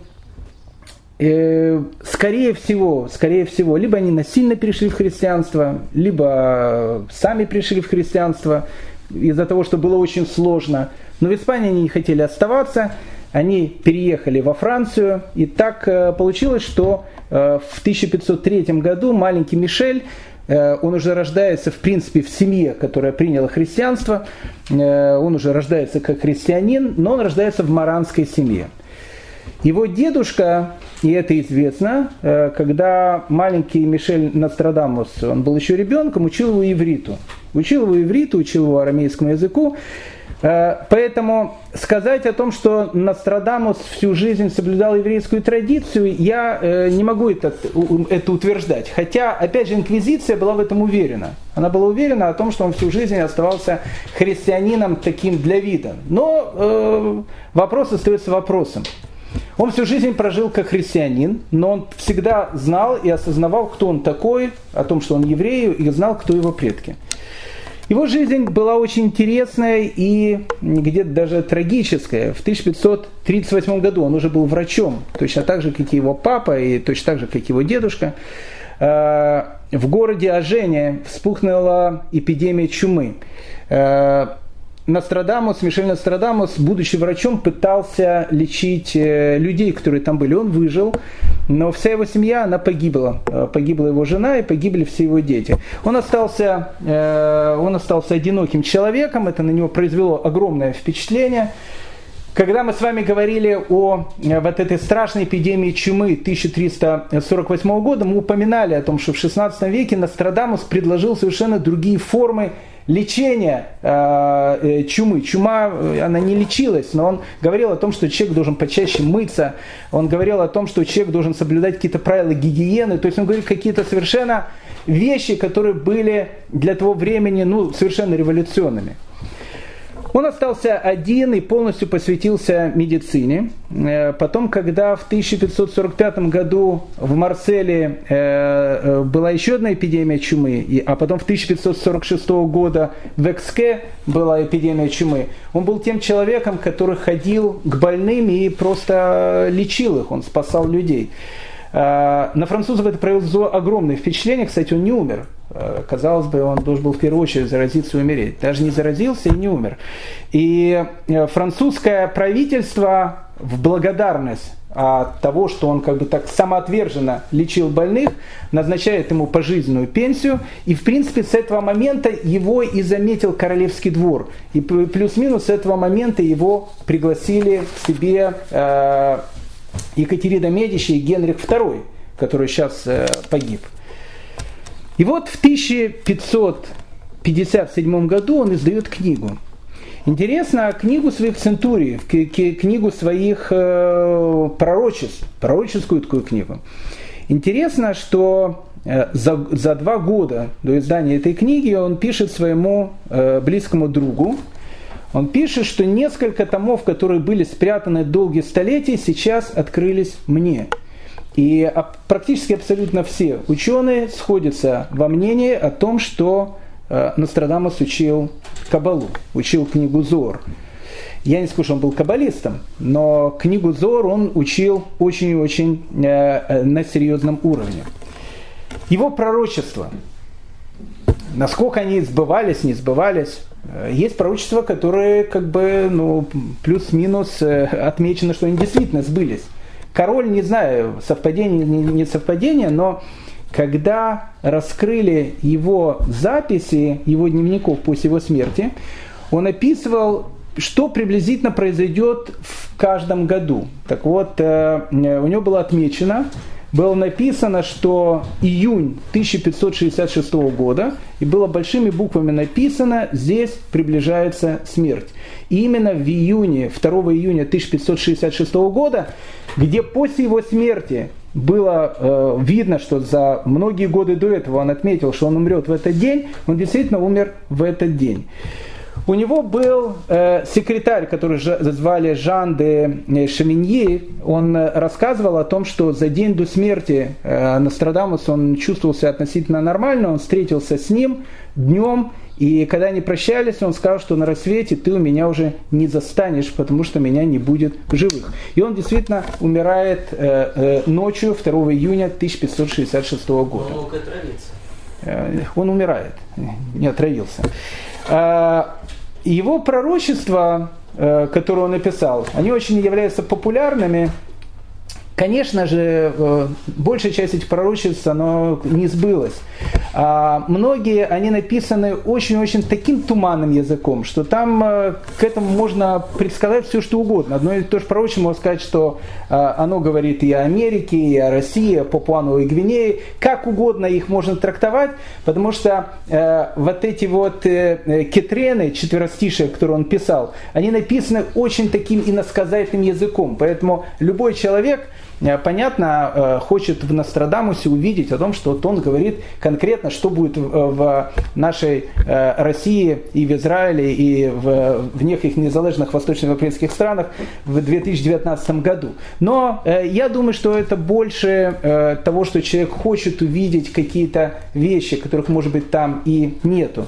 Speaker 1: скорее всего, либо они насильно перешли в христианство, либо сами пришли в христианство из-за того, что было очень сложно. Но в Испании они не хотели оставаться. они переехали во Францию, и так получилось, что в 1503 году маленький Мишель, он уже рождается, в принципе, в семье, которая приняла христианство, он уже рождается как христианин, но он рождается в маранской семье. Его дедушка, и это известно, когда маленький Мишель Нострадамус, он был еще ребенком, учил его ивриту. Учил его арамейскому языку. Поэтому сказать о том, что Нострадамус всю жизнь соблюдал еврейскую традицию, я не могу это утверждать. Хотя, опять же, инквизиция была в этом уверена. Она была уверена о том, что он всю жизнь оставался христианином таким для вида. Но вопрос остается вопросом. Он всю жизнь прожил как христианин, но он всегда знал и осознавал, кто он такой, о том, что он еврей, и знал, кто его предки. Его жизнь была очень интересная и где-то даже трагическая. В 1538 году он уже был врачом, точно так же, как и его папа, и точно так же, как и его дедушка. В городе Ажене вспыхнула эпидемия чумы. Мишель Нострадамус, будучи врачом, пытался лечить людей, которые там были. Он выжил, но вся его семья, она погибла. Погибла его жена и погибли все его дети. Он остался одиноким человеком, это на него произвело огромное впечатление. Когда мы с вами говорили о вот этой страшной эпидемии чумы 1348 года, мы упоминали о том, что в XVI веке Нострадамус предложил совершенно другие формы лечения чумы. Чума, она не лечилась, но он говорил о том, что человек должен почаще мыться, он говорил о том, что человек должен соблюдать какие-то правила гигиены, то есть он говорит какие-то совершенно вещи, которые были для того времени совершенно революционными. Он остался один и полностью посвятился медицине. Потом, когда в 1545 году в Марселе была еще одна эпидемия чумы, а потом в 1546 года в Экске была эпидемия чумы, он был тем человеком, который ходил к больным и просто лечил их, он спасал людей. На французов это произвело огромное впечатление. Кстати, он не умер. Казалось бы, он должен был в первую очередь заразиться и умереть. Даже не заразился и не умер. И французское правительство в благодарность от того, что он как бы так самоотверженно лечил больных, назначает ему пожизненную пенсию. И в принципе с этого момента его и заметил королевский двор. И плюс-минус с этого момента его пригласили к себе Екатерина Медичи и Генрих II, который сейчас погиб. И вот в 1557 году он издает книгу. Интересно, книгу своих центуриев, книгу своих пророчеств, пророческую такую книгу. Интересно, что за 2 года до издания этой книги он пишет своему близкому другу, он пишет, что несколько томов, которые были спрятаны долгие столетия, сейчас открылись мне. И практически абсолютно все ученые сходятся во мнении о том, что Нострадамус учил Кабалу, учил книгу Зоар. Я не скажу, что он был каббалистом, но книгу Зоар он учил очень и очень на серьезном уровне. Его пророчества, насколько они сбывались, не сбывались, есть пророчества, которые плюс-минус отмечено, что они действительно сбылись. Король, не знаю, совпадение, не совпадение, но когда раскрыли его записи, его дневников после его смерти, он описывал, что приблизительно произойдет в каждом году. Так вот, у него было отмечено, было написано, что июнь 1566 года, и было большими буквами написано, здесь приближается смерть. И именно в июне, 2 июня 1566 года, где после его смерти было видно, что за многие годы до этого он отметил, что он умрет в этот день, он действительно умер в этот день. У него был секретарь, который звали Жан де Шаминьи, он рассказывал о том, что за день до смерти Нострадамус, он чувствовал себя относительно нормально, он встретился с ним днем, и когда они прощались, он сказал, что на рассвете ты у меня уже не застанешь, потому что меня не будет в живых. И он действительно умирает ночью 2 июня 1566 года.
Speaker 2: Он мог отравиться.
Speaker 1: Он умирает, не отравился. Его пророчества, которые он написал, они очень являются популярными. Конечно же, большая часть этих пророчеств, оно не сбылось. Многие, они написаны очень-очень таким туманным языком, что там к этому можно предсказать все, что угодно. Одно и то же пророчество можно сказать, что оно говорит и о Америке, и о России, о Папуа-Новой Гвинее. Как угодно их можно трактовать, потому что вот эти вот кетрены, четверостишие, которые он писал, они написаны очень таким иносказательным языком. Поэтому любой человек, понятно, хочет в Нострадамусе увидеть о том, что вот он говорит конкретно, что будет в нашей России и в Израиле, и в неких незалежных восточноевропейских странах в 2019 году. Но я думаю, что это больше того, что человек хочет увидеть какие-то вещи, которых, может быть, там и нету.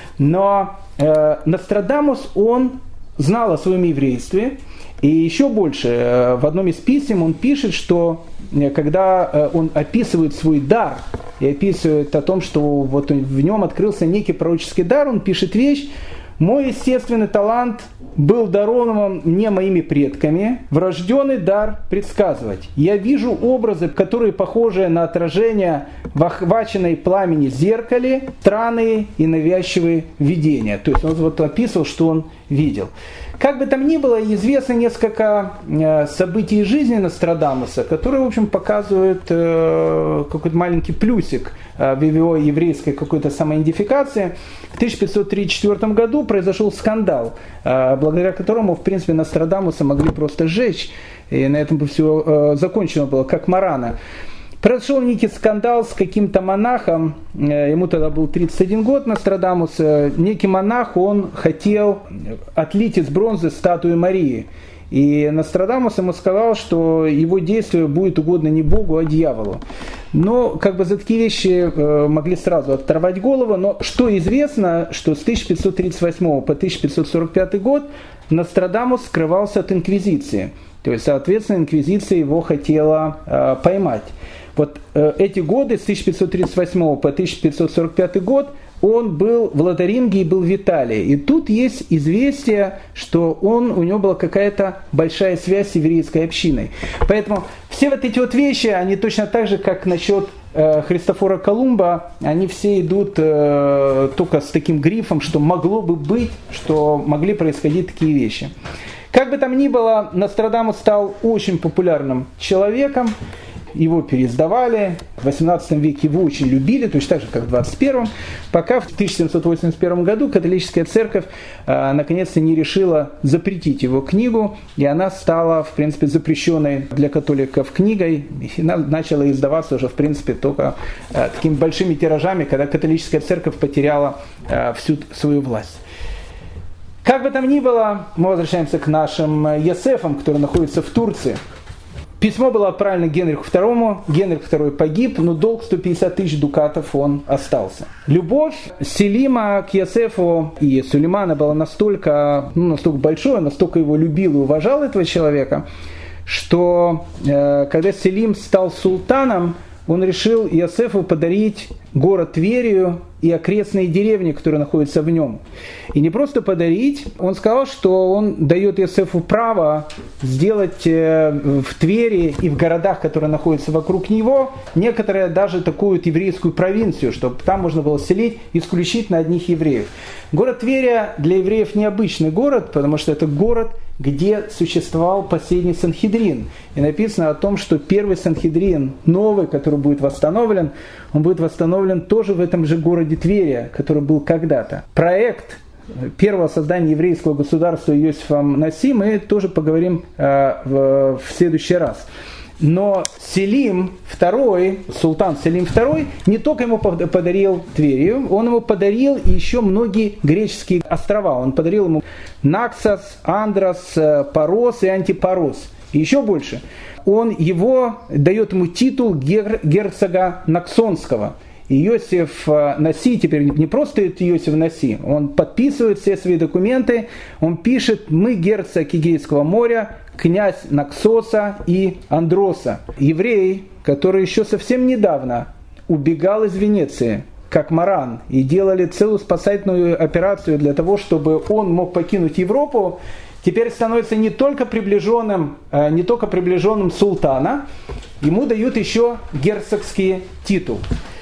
Speaker 1: Но Нострадамус, он знал о своем еврействе. И еще больше, в одном из писем он пишет, что когда он описывает свой дар и описывает о том, что вот в нем открылся некий пророческий дар, он пишет вещь: «Мой естественный талант был дарован мне моими предками, врожденный дар предсказывать. Я вижу образы, которые похожи на отражение в охваченной пламени зеркале, странные и навязчивые видения». То есть он вот описывал, что он видел. Как бы там ни было, известно несколько событий из жизни Нострадамуса, которые, в общем, показывают какой-то маленький плюсик в его еврейской какой-то самоидентификации. В 1534 году произошел скандал, благодаря которому, в принципе, Нострадамуса могли просто сжечь, и на этом бы все закончено было, как Марана. Произошел некий скандал с каким-то монахом, ему тогда был 31 год, Нострадамус. Некий монах, он хотел отлить из бронзы статую Марии. И Нострадамус ему сказал, что его действие будет угодно не Богу, а дьяволу. Но как бы за такие вещи могли сразу оторвать голову. Но что известно, что с 1538 по 1545 год Нострадамус скрывался от инквизиции. То есть, соответственно, инквизиция его хотела поймать. Вот эти годы, с 1538 по 1545 год, он был в Лотарингии и был в Италии. И тут есть известие, что у него была какая-то большая связь с еврейской общиной. Поэтому все вот эти вот вещи, они точно так же, как насчет Христофора Колумба, они все идут только с таким грифом, что могло бы быть, что могли происходить такие вещи. Как бы там ни было, Нострадамус стал очень популярным человеком. Его переиздавали, в 18 веке его очень любили, точно так же, как в 21, пока в 1781 году католическая церковь наконец-то не решила запретить его книгу, и она стала, в принципе, запрещенной для католиков книгой, и начала издаваться уже, в принципе, только такими большими тиражами, когда католическая церковь потеряла всю свою власть. Как бы там ни было, мы возвращаемся к нашим Йосефам, которые находятся в Турции. Письмо было отправлено Генриху II. Генрих II погиб, но долг 150 тысяч дукатов он остался. Любовь Селима к Йосефу и Сулеймана была настолько большой, настолько его любил и уважал этого человека, что когда Селим стал султаном, он решил Йосефу подарить город Тверию и окрестные деревни, которые находятся в нем. И не просто подарить, он сказал, что он дает Йосефу право сделать в Твери и в городах, которые находятся вокруг него, некоторые даже такую вот еврейскую провинцию, чтобы там можно было селить исключительно одних евреев. Город Тверия для евреев необычный город, потому что это город, где существовал последний Санхедрин. И написано о том, что первый Санхедрин, новый, который будет восстановлен, он будет восстановлен тоже в этом же городе Тверия, который был когда-то. Проект первого создания еврейского государства Иосифом Наси мы тоже поговорим в следующий раз. Но Селим II, султан Селим II, не только ему подарил Тверию, он ему подарил еще многие греческие острова. Он подарил ему Наксос, Андрос, Парос и Антипарос. И еще больше. Он дает ему титул герцога Наксонского. И Иосиф Наси, теперь не просто Иосиф Наси, он подписывает все свои документы, он пишет: «Мы герцог Эгейского моря, князь Наксоса и Андроса». Еврей, который еще совсем недавно убегал из Венеции, как Маран, и делали целую спасательную операцию для того, чтобы он мог покинуть Европу, теперь становится не только приближенным султана, ему дают еще герцогский титул.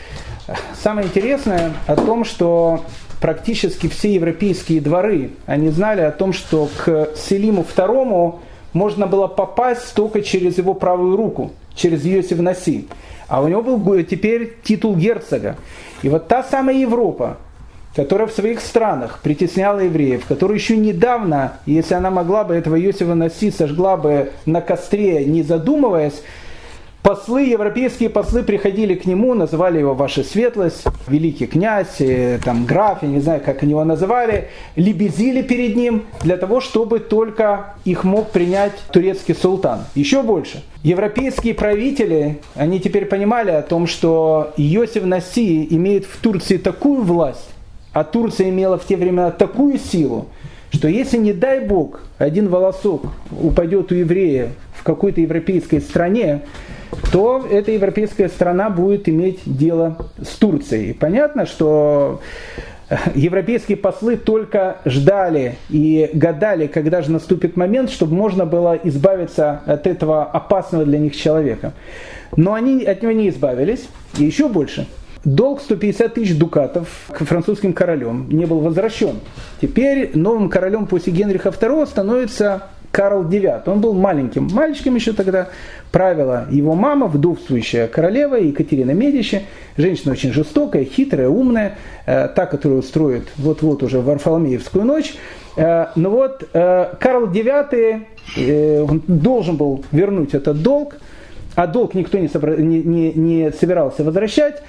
Speaker 1: Самое интересное о том, что практически все европейские дворы, они знали о том, что к Селиму II можно было попасть только через его правую руку, через Йосеф Наси. А у него был теперь титул герцога. И вот та самая Европа, которая в своих странах притесняла евреев, которая еще недавно, если она могла бы этого Йосефа Наси, сожгла бы на костре, не задумываясь, европейские послы приходили к нему, называли его «Ваша светлость», «Великий князь», там, «Граф», я не знаю, как они его называли, лебезили перед ним для того, чтобы только их мог принять турецкий султан. Еще больше. Европейские правители, они теперь понимали о том, что Йосеф Наси имеет в Турции такую власть, а Турция имела в те времена такую силу, что если, не дай бог, один волосок упадет у еврея в какой-то европейской стране, то эта европейская страна будет иметь дело с Турцией. Понятно, что европейские послы только ждали и гадали, когда же наступит момент, чтобы можно было избавиться от этого опасного для них человека. Но они от него не избавились, и еще больше. Долг 150 тысяч дукатов к французским королям не был возвращен. Теперь новым королем после Генриха II становится Карл IX. Он был маленьким мальчиком еще тогда. Правила его мама, вдовствующая королева Екатерина Медичи. Женщина очень жестокая, хитрая, умная. Та, которая устроит вот-вот уже Варфоломеевскую ночь. Но вот Карл IX он должен был вернуть этот долг. А долг никто не собирался возвращать.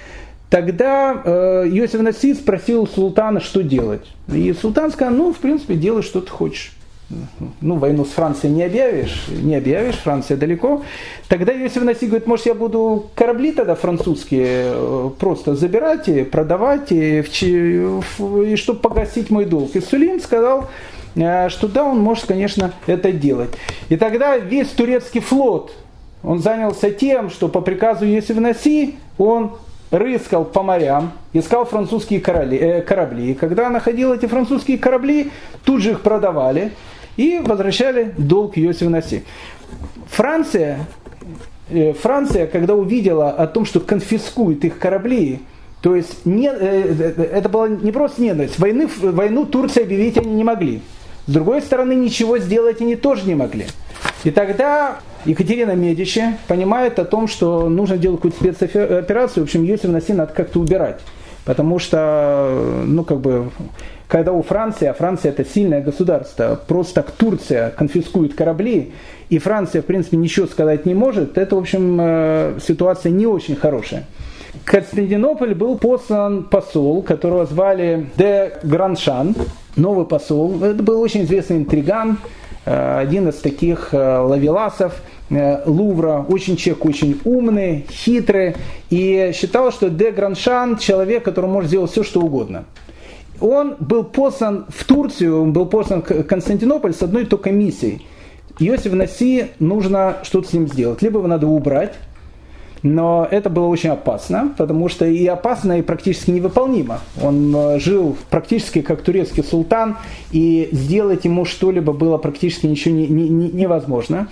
Speaker 1: Тогда Йосеф Наси спросил султана, что делать. И султан сказал, в принципе, делай, что ты хочешь. Войну с Францией не объявишь, Франция далеко. Тогда Йосеф Наси говорит, может, я буду корабли тогда французские просто забирать и продавать, и чтобы погасить мой долг. И Сулим сказал, что да, он может, конечно, это делать. И тогда весь турецкий флот, он занялся тем, что по приказу Йосеф Наси он рыскал по морям, искал французские корабли. И когда находил эти французские корабли, тут же их продавали и возвращали долг Йосеф Наси. Франция, когда увидела о том, что конфискует их корабли, то есть это была не просто ненависть, войну Турции объявить они не могли. С другой стороны, ничего сделать они тоже не могли. И тогда Екатерина Медичи понимает о том, что нужно делать какую-то спецоперацию. В общем, Йосеф Наси надо как-то убирать. Потому что, когда у Франции, а Франция это сильное государство, просто так Турция конфискует корабли, и Франция, в принципе, ничего сказать не может, это, в общем, ситуация не очень хорошая. В Константинополь был послан посол, которого звали де Граншан, новый посол. Это был очень известный интриган, один из таких ловеласов Лувра, человек очень умный, хитрый, и считал, что де Граншан человек, который может сделать все, что угодно. Он был послан в Турцию, он был послан в Константинополь с одной только миссией. Йосеф Наси нужно что-то с ним сделать. Либо его надо убрать, но это было очень опасно, потому что и опасно, и практически невыполнимо. Он жил практически как турецкий султан, и сделать ему что-либо было практически ничего невозможно.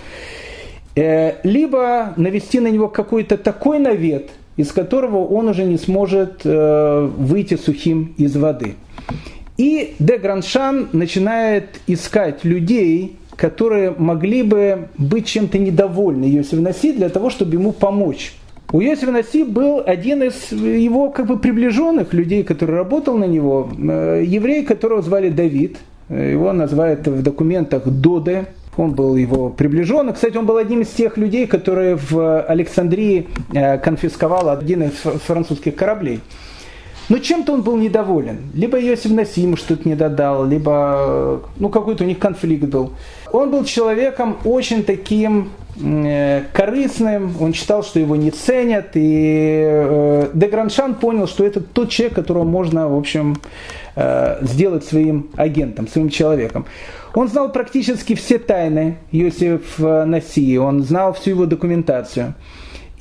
Speaker 1: Либо навести на него какой-то такой навет, из которого он уже не сможет выйти сухим из воды. И де Граншан начинает искать людей, которые могли бы быть чем-то недовольны Йосеф Наси для того, чтобы ему помочь. У Йосефа Наси был один из его приближенных людей, который работал на него, еврей, которого звали Давид. Его называют в документах Доде. Он был его приближенный. Кстати, он был одним из тех людей, которые в Александрии конфисковал один из французских кораблей. Но чем-то он был недоволен. Либо Йосеф Наси ему что-то не додал, либо какой-то у них конфликт был. Он был человеком очень таким корыстным, он считал, что его не ценят, и де Граншан понял, что это тот человек, которого можно, в общем, сделать своим агентом, своим человеком. Он знал практически все тайны Йосефа Наси, он знал всю его документацию.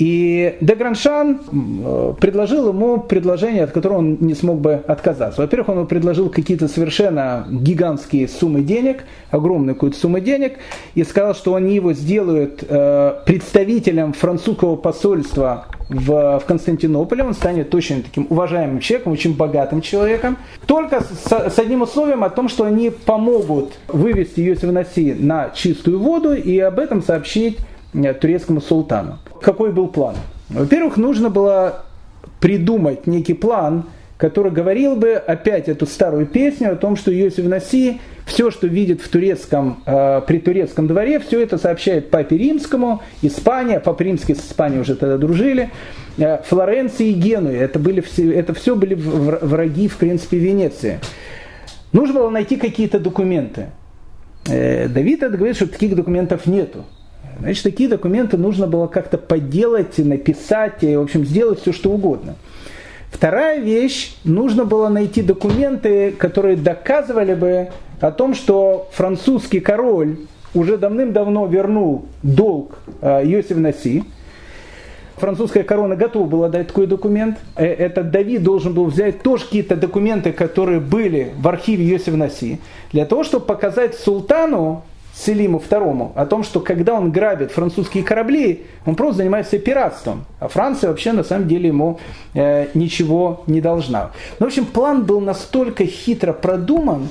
Speaker 1: И де Граншан предложил ему предложение, от которого он не смог бы отказаться. Во-первых, он ему предложил какие-то совершенно гигантские суммы денег, огромную какую-то сумму денег, и сказал, что они его сделают представителем французского посольства в Константинополе. Он станет очень таким уважаемым человеком, очень богатым человеком. Только с одним условием, о том, что они помогут вывести Йосиф Наси на чистую воду и об этом сообщить турецкому султану. Какой был план? Во-первых, нужно было придумать некий план, который говорил бы опять эту старую песню о том, что Йосиф Наси все, что видит при турецком дворе, все это сообщает Папе Римскому, Испания, Папа Римский с Испанией уже тогда дружили, Флоренции и Генуи. Это все были враги, в принципе, Венеции. Нужно было найти какие-то документы. Давид говорит, что таких документов нету. Значит, такие документы нужно было как-то подделать, написать, в общем, сделать все, что угодно. Вторая вещь, нужно было найти документы, которые доказывали бы о том, что французский король уже давным-давно вернул долг Йосиф Наси. Французская корона готова была дать такой документ. Этот Давид должен был взять тоже какие-то документы, которые были в архиве Йосиф Наси, для того, чтобы показать султану Селиму II о том, что когда он грабит французские корабли, он просто занимается пиратством, а Франция вообще на самом деле ему ничего не должна. В общем, план был настолько хитро продуман,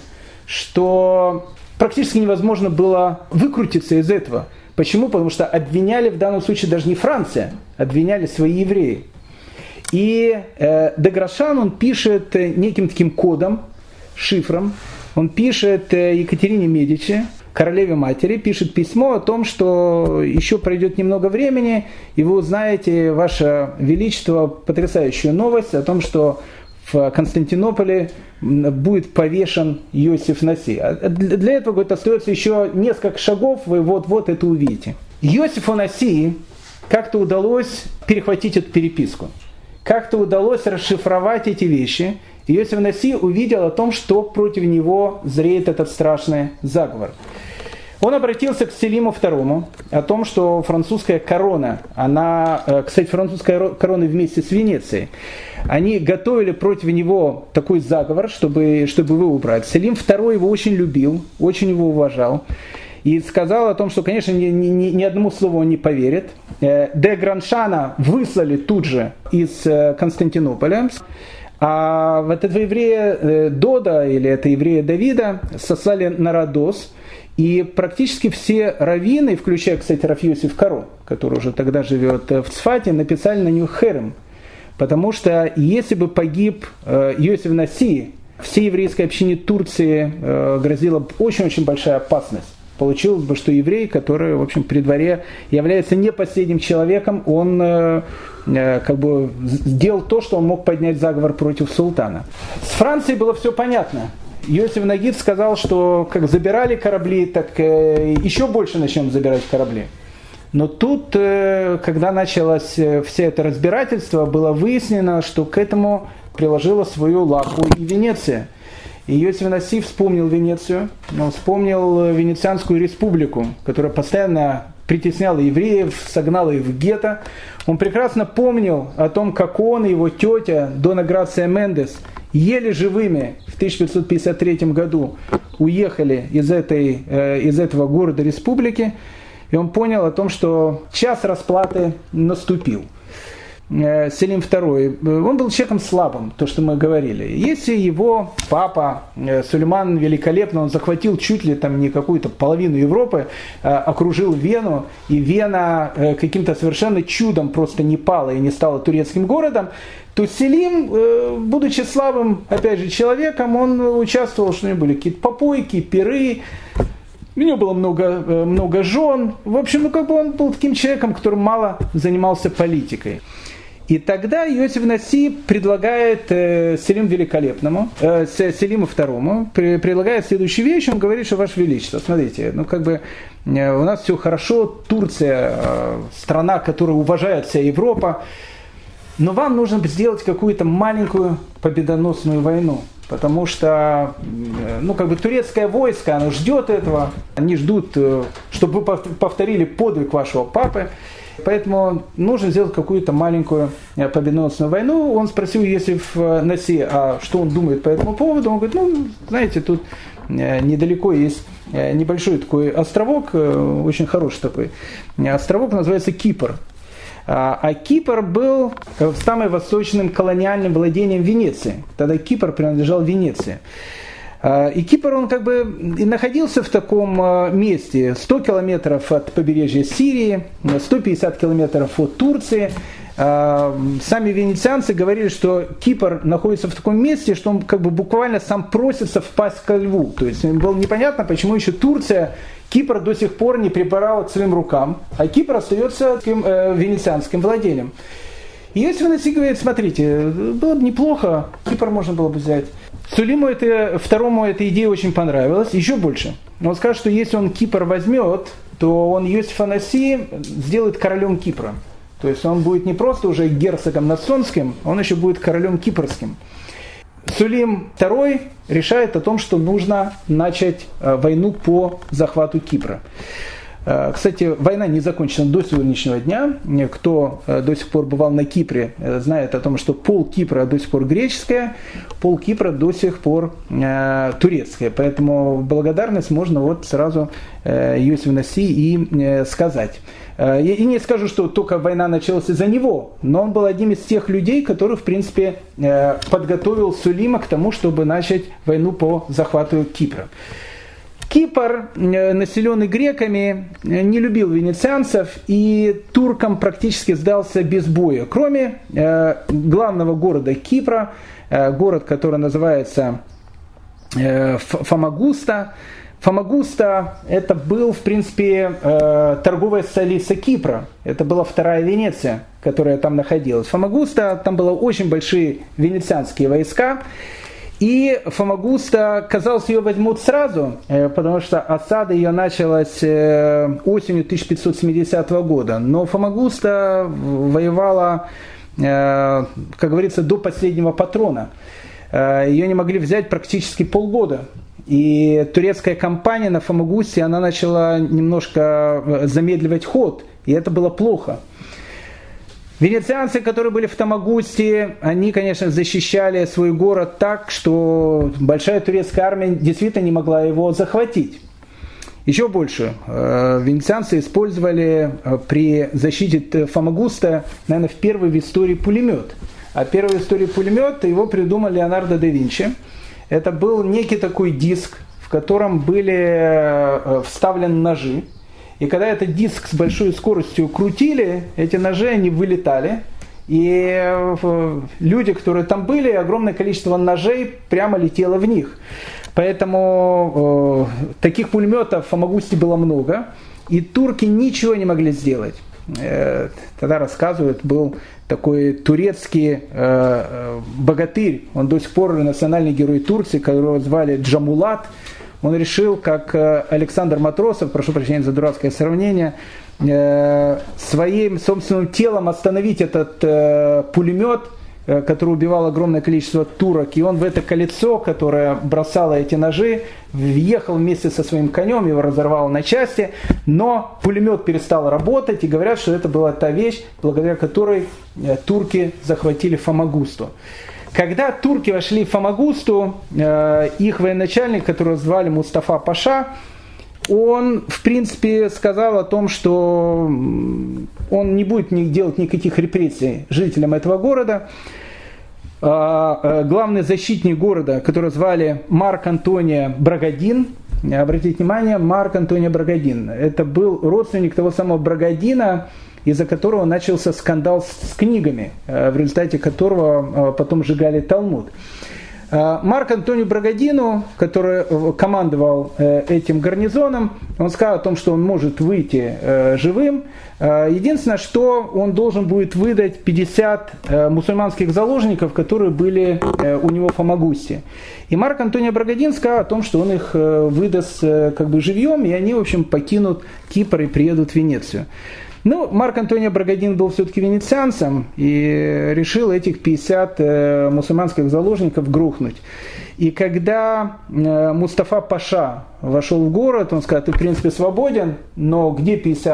Speaker 1: что практически невозможно было выкрутиться из этого. Почему? Потому что обвиняли в данном случае даже не Франция, обвиняли свои евреи. И де Граншан, он пишет неким таким кодом, шифром, он пишет Екатерине Медичи, королеве матери, пишет письмо о том, что еще пройдет немного времени, и вы узнаете, Ваше Величество, потрясающую новость о том, что в Константинополе будет повешен Йосиф Наси. Для этого, говорит, остается еще несколько шагов, вы вот это увидите. Йосифу Наси как-то удалось перехватить эту переписку, как-то удалось расшифровать эти вещи. И Йосиф Наси увидел о том, что против него зреет этот страшный заговор. Он обратился к Селиму II о том, что французская корона, кстати, французская корона вместе с Венецией, они готовили против него такой заговор, чтобы его убрать. Селим II его очень любил, очень его уважал. И сказал о том, что, конечно, ни одному слову он не поверит. Де Граншана выслали тут же из Константинополя. А вот этого еврея Дода, или это еврея Давида, сослали на Родос. И практически все раввины, включая, кстати, Рав Йосиф Каро, который уже тогда живет в Цфате, написали на него херем. Потому что если бы погиб Йосиф Наси, всей еврейской общине Турции грозила очень-очень большая опасность. Получилось бы, что еврей, который, в общем, при дворе является не последним человеком, он сделал то, что он мог поднять заговор против султана. С Францией было все понятно. Йосиф Нагид сказал, что как забирали корабли, так еще больше начнем забирать корабли. Но тут, когда началось все это разбирательство, было выяснено, что к этому приложила свою лапу и Венеция. И Йосиф Наси вспомнил Венецию, он вспомнил Венецианскую республику, которая постоянно притесняла евреев, согнала их в гетто. Он прекрасно помнил о том, как он и его тетя Дона Грация Мендес еле живыми в 1553 году уехали из этого города-республики. И он понял о том, что час расплаты наступил. Селим II, он был человеком слабым, то, что мы говорили. Если его папа Сулейман Великолепный, он захватил чуть ли там не какую-то половину Европы, окружил Вену, и Вена каким-то совершенно чудом просто не пала и не стала турецким городом, то Селим, будучи слабым, опять же, человеком, он участвовал, что у него были какие-то попойки, пиры, у него было много жен. В общем, он был таким человеком, который мало занимался политикой. И тогда Йосиф Наси предлагает Селиму Великолепному, Селиму II, предлагает следующую вещь. Он говорит, что, Ваше Величество, смотрите, у нас все хорошо, Турция, страна, которую уважает вся Европа, но вам нужно сделать какую-то маленькую победоносную войну. Потому что турецкое войско, оно ждет этого, они ждут, чтобы вы повторили подвиг вашего папы. Поэтому нужно сделать какую-то маленькую победоносную войну. Он спросил Йосеф Наси, а что он думает по этому поводу. Он говорит, знаете, тут недалеко есть небольшой такой островок, очень хороший такой островок, называется Кипр. А Кипр был самым восточным колониальным владением Венеции. Тогда Кипр принадлежал Венеции. И Кипр, он как бы и находился в таком месте, 100 километров от побережья Сирии, 150 километров от Турции. Сами венецианцы говорили, что Кипр находится в таком месте, что он как бы буквально сам просится впасть ко льву. То есть было непонятно, почему еще Турция Кипр до сих пор не прибрала к своим рукам, а Кипр остается таким венецианским владением. И Йосеф Наси говорит, смотрите, было бы неплохо, Кипр можно было бы взять. Сулиму второму эта идея очень понравилась, еще больше. Он скажет, что если он Кипр возьмет, то он Йосефа Наси сделает королем Кипра. То есть он будет не просто уже герцогом насонским, он еще будет королем кипрским. Сулим II решает о том, что нужно начать войну по захвату Кипра. Кстати, война не закончена до сегодняшнего дня. Кто до сих пор бывал на Кипре, знает о том, что пол Кипра до сих пор греческое, пол Кипра до сих пор турецкое. Поэтому благодарность можно вот сразу Йосефу Наси и сказать. И не скажу, что только война началась из-за него, но он был одним из тех людей, который, в принципе, подготовил Сулима к тому, чтобы начать войну по захвату Кипра. Кипр, населенный греками, не любил венецианцев и туркам практически сдался без боя, кроме главного города Кипра, город, который называется Фамагуста. Фамагуста это был, в принципе, торговая столица Кипра. Это была вторая Венеция, которая там находилась. Фамагуста, там были очень большие венецианские войска. И Фамагуста, казалось, ее возьмут сразу, потому что осада ее началась осенью 1570 года. Но Фамагуста воевала, как говорится, до последнего патрона. Ее не могли взять практически полгода. И турецкая кампания на Фамагусте, она начала немножко замедливать ход. И это было плохо. Венецианцы, которые были в Фамагусте, они, конечно, защищали свой город так, что большая турецкая армия действительно не могла его захватить. Еще больше. Венецианцы использовали при защите Фамагуста, наверное, впервые в истории пулемет. А первый в истории пулемет его придумал Леонардо да Винчи. Это был некий такой диск, в котором были вставлены ножи. И когда этот диск с большой скоростью крутили, эти ножи, они вылетали. И люди, которые там были, огромное количество ножей прямо летело в них. Поэтому таких пулеметов в Фамагусте было много. И турки ничего не могли сделать. Тогда рассказывают, был такой турецкий богатырь. Он до сих пор национальный герой Турции, которого звали Джамулат. Он решил, как Александр Матросов, прошу прощения за дурацкое сравнение, своим собственным телом остановить этот пулемет, который убивал огромное количество турок. И он в это колесо, которое бросало эти ножи, въехал вместе со своим конем, его разорвало на части. Но пулемет перестал работать, и говорят, что это была та вещь, благодаря которой турки захватили Фамагусту. Когда турки вошли в Фамагусту, их военачальник, которого звали Мустафа Паша, он, в принципе, сказал о том, что он не будет делать никаких репрессий жителям этого города. Главный защитник города, которого звали Марк Антонио Брагадин, обратите внимание, Марк Антонио Брагадин, это был родственник того самого Брагадина, из-за которого начался скандал с книгами, в результате которого потом сжигали Талмуд. Марк Антонио Брагадину, который командовал этим гарнизоном, он сказал о том, что он может выйти живым. Единственное, что он должен будет выдать 50 мусульманских заложников, которые были у него в Фамагусте. И Марк Антонио Брагадин сказал о том, что он их выдаст как бы живьем, и они, в общем, покинут Кипр и приедут в Венецию. Но Марк Антонио Брагадин был все-таки венецианцем и решил этих 50 мусульманских заложников грохнуть. И когда Мустафа Паша вошел в город, он сказал: ты в принципе свободен, но где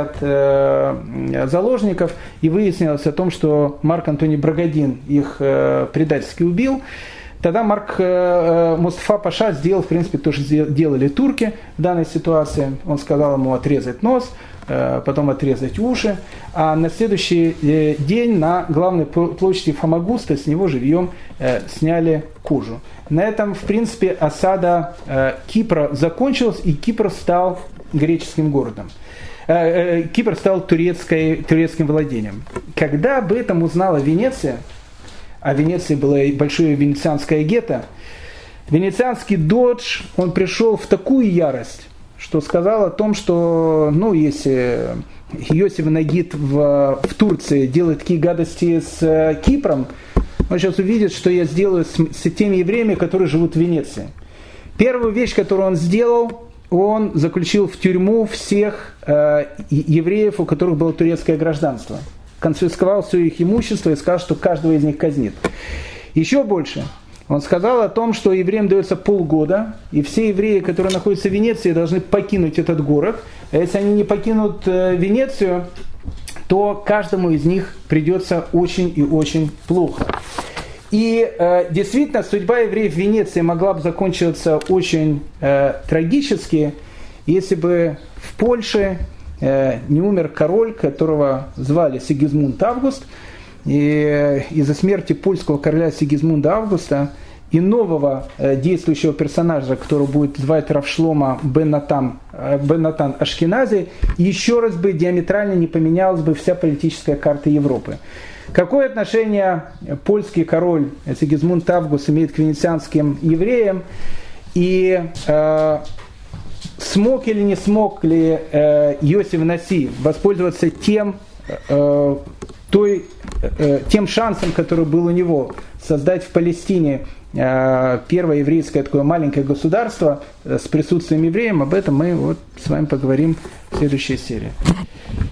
Speaker 1: 50 заложников? И выяснилось о том, что Марк Антоний Брагадин их предательски убил. Тогда Мустафа Паша сделал, в принципе, то, что делали турки в данной ситуации. Он сказал ему отрезать нос, потом отрезать уши. А на следующий день на главной площади Фамагуста с него живьем сняли кожу. На этом, в принципе, осада Кипра закончилась, и Кипр стал греческим городом. Кипр стал турецким владением. Когда об этом узнала Венеция, а в Венеции было большое венецианское гетто, венецианский додж, он пришел в такую ярость, что сказал о том, что, если Йосиф Нагид в Турции делает такие гадости с Кипром, он сейчас увидит, что я сделаю с теми евреями, которые живут в Венеции. Первую вещь, которую он сделал, он заключил в тюрьму всех евреев, у которых было турецкое гражданство. Конфисковал все их имущество и сказал, что каждого из них казнит. Еще больше. Он сказал о том, что евреям дается полгода, и все евреи, которые находятся в Венеции, должны покинуть этот город. А если они не покинут Венецию, то каждому из них придется очень и очень плохо. И действительно, судьба евреев в Венеции могла бы закончиться очень трагически, если бы в Польше не умер король, которого звали Сигизмунд Август. И из-за смерти польского короля Сигизмунда Августа и нового действующего персонажа, который будет звать Рав Шломо бен Натан Ашкенази, еще раз бы диаметрально не поменялась бы вся политическая карта Европы. Какое отношение польский король Сигизмунд Август имеет к венецианским евреям? И смог или не смог ли Йосиф Наси воспользоваться тем шансом, который был у него, создать в Палестине первое еврейское такое маленькое государство с присутствием евреев? Об этом мы с вами поговорим в следующей серии.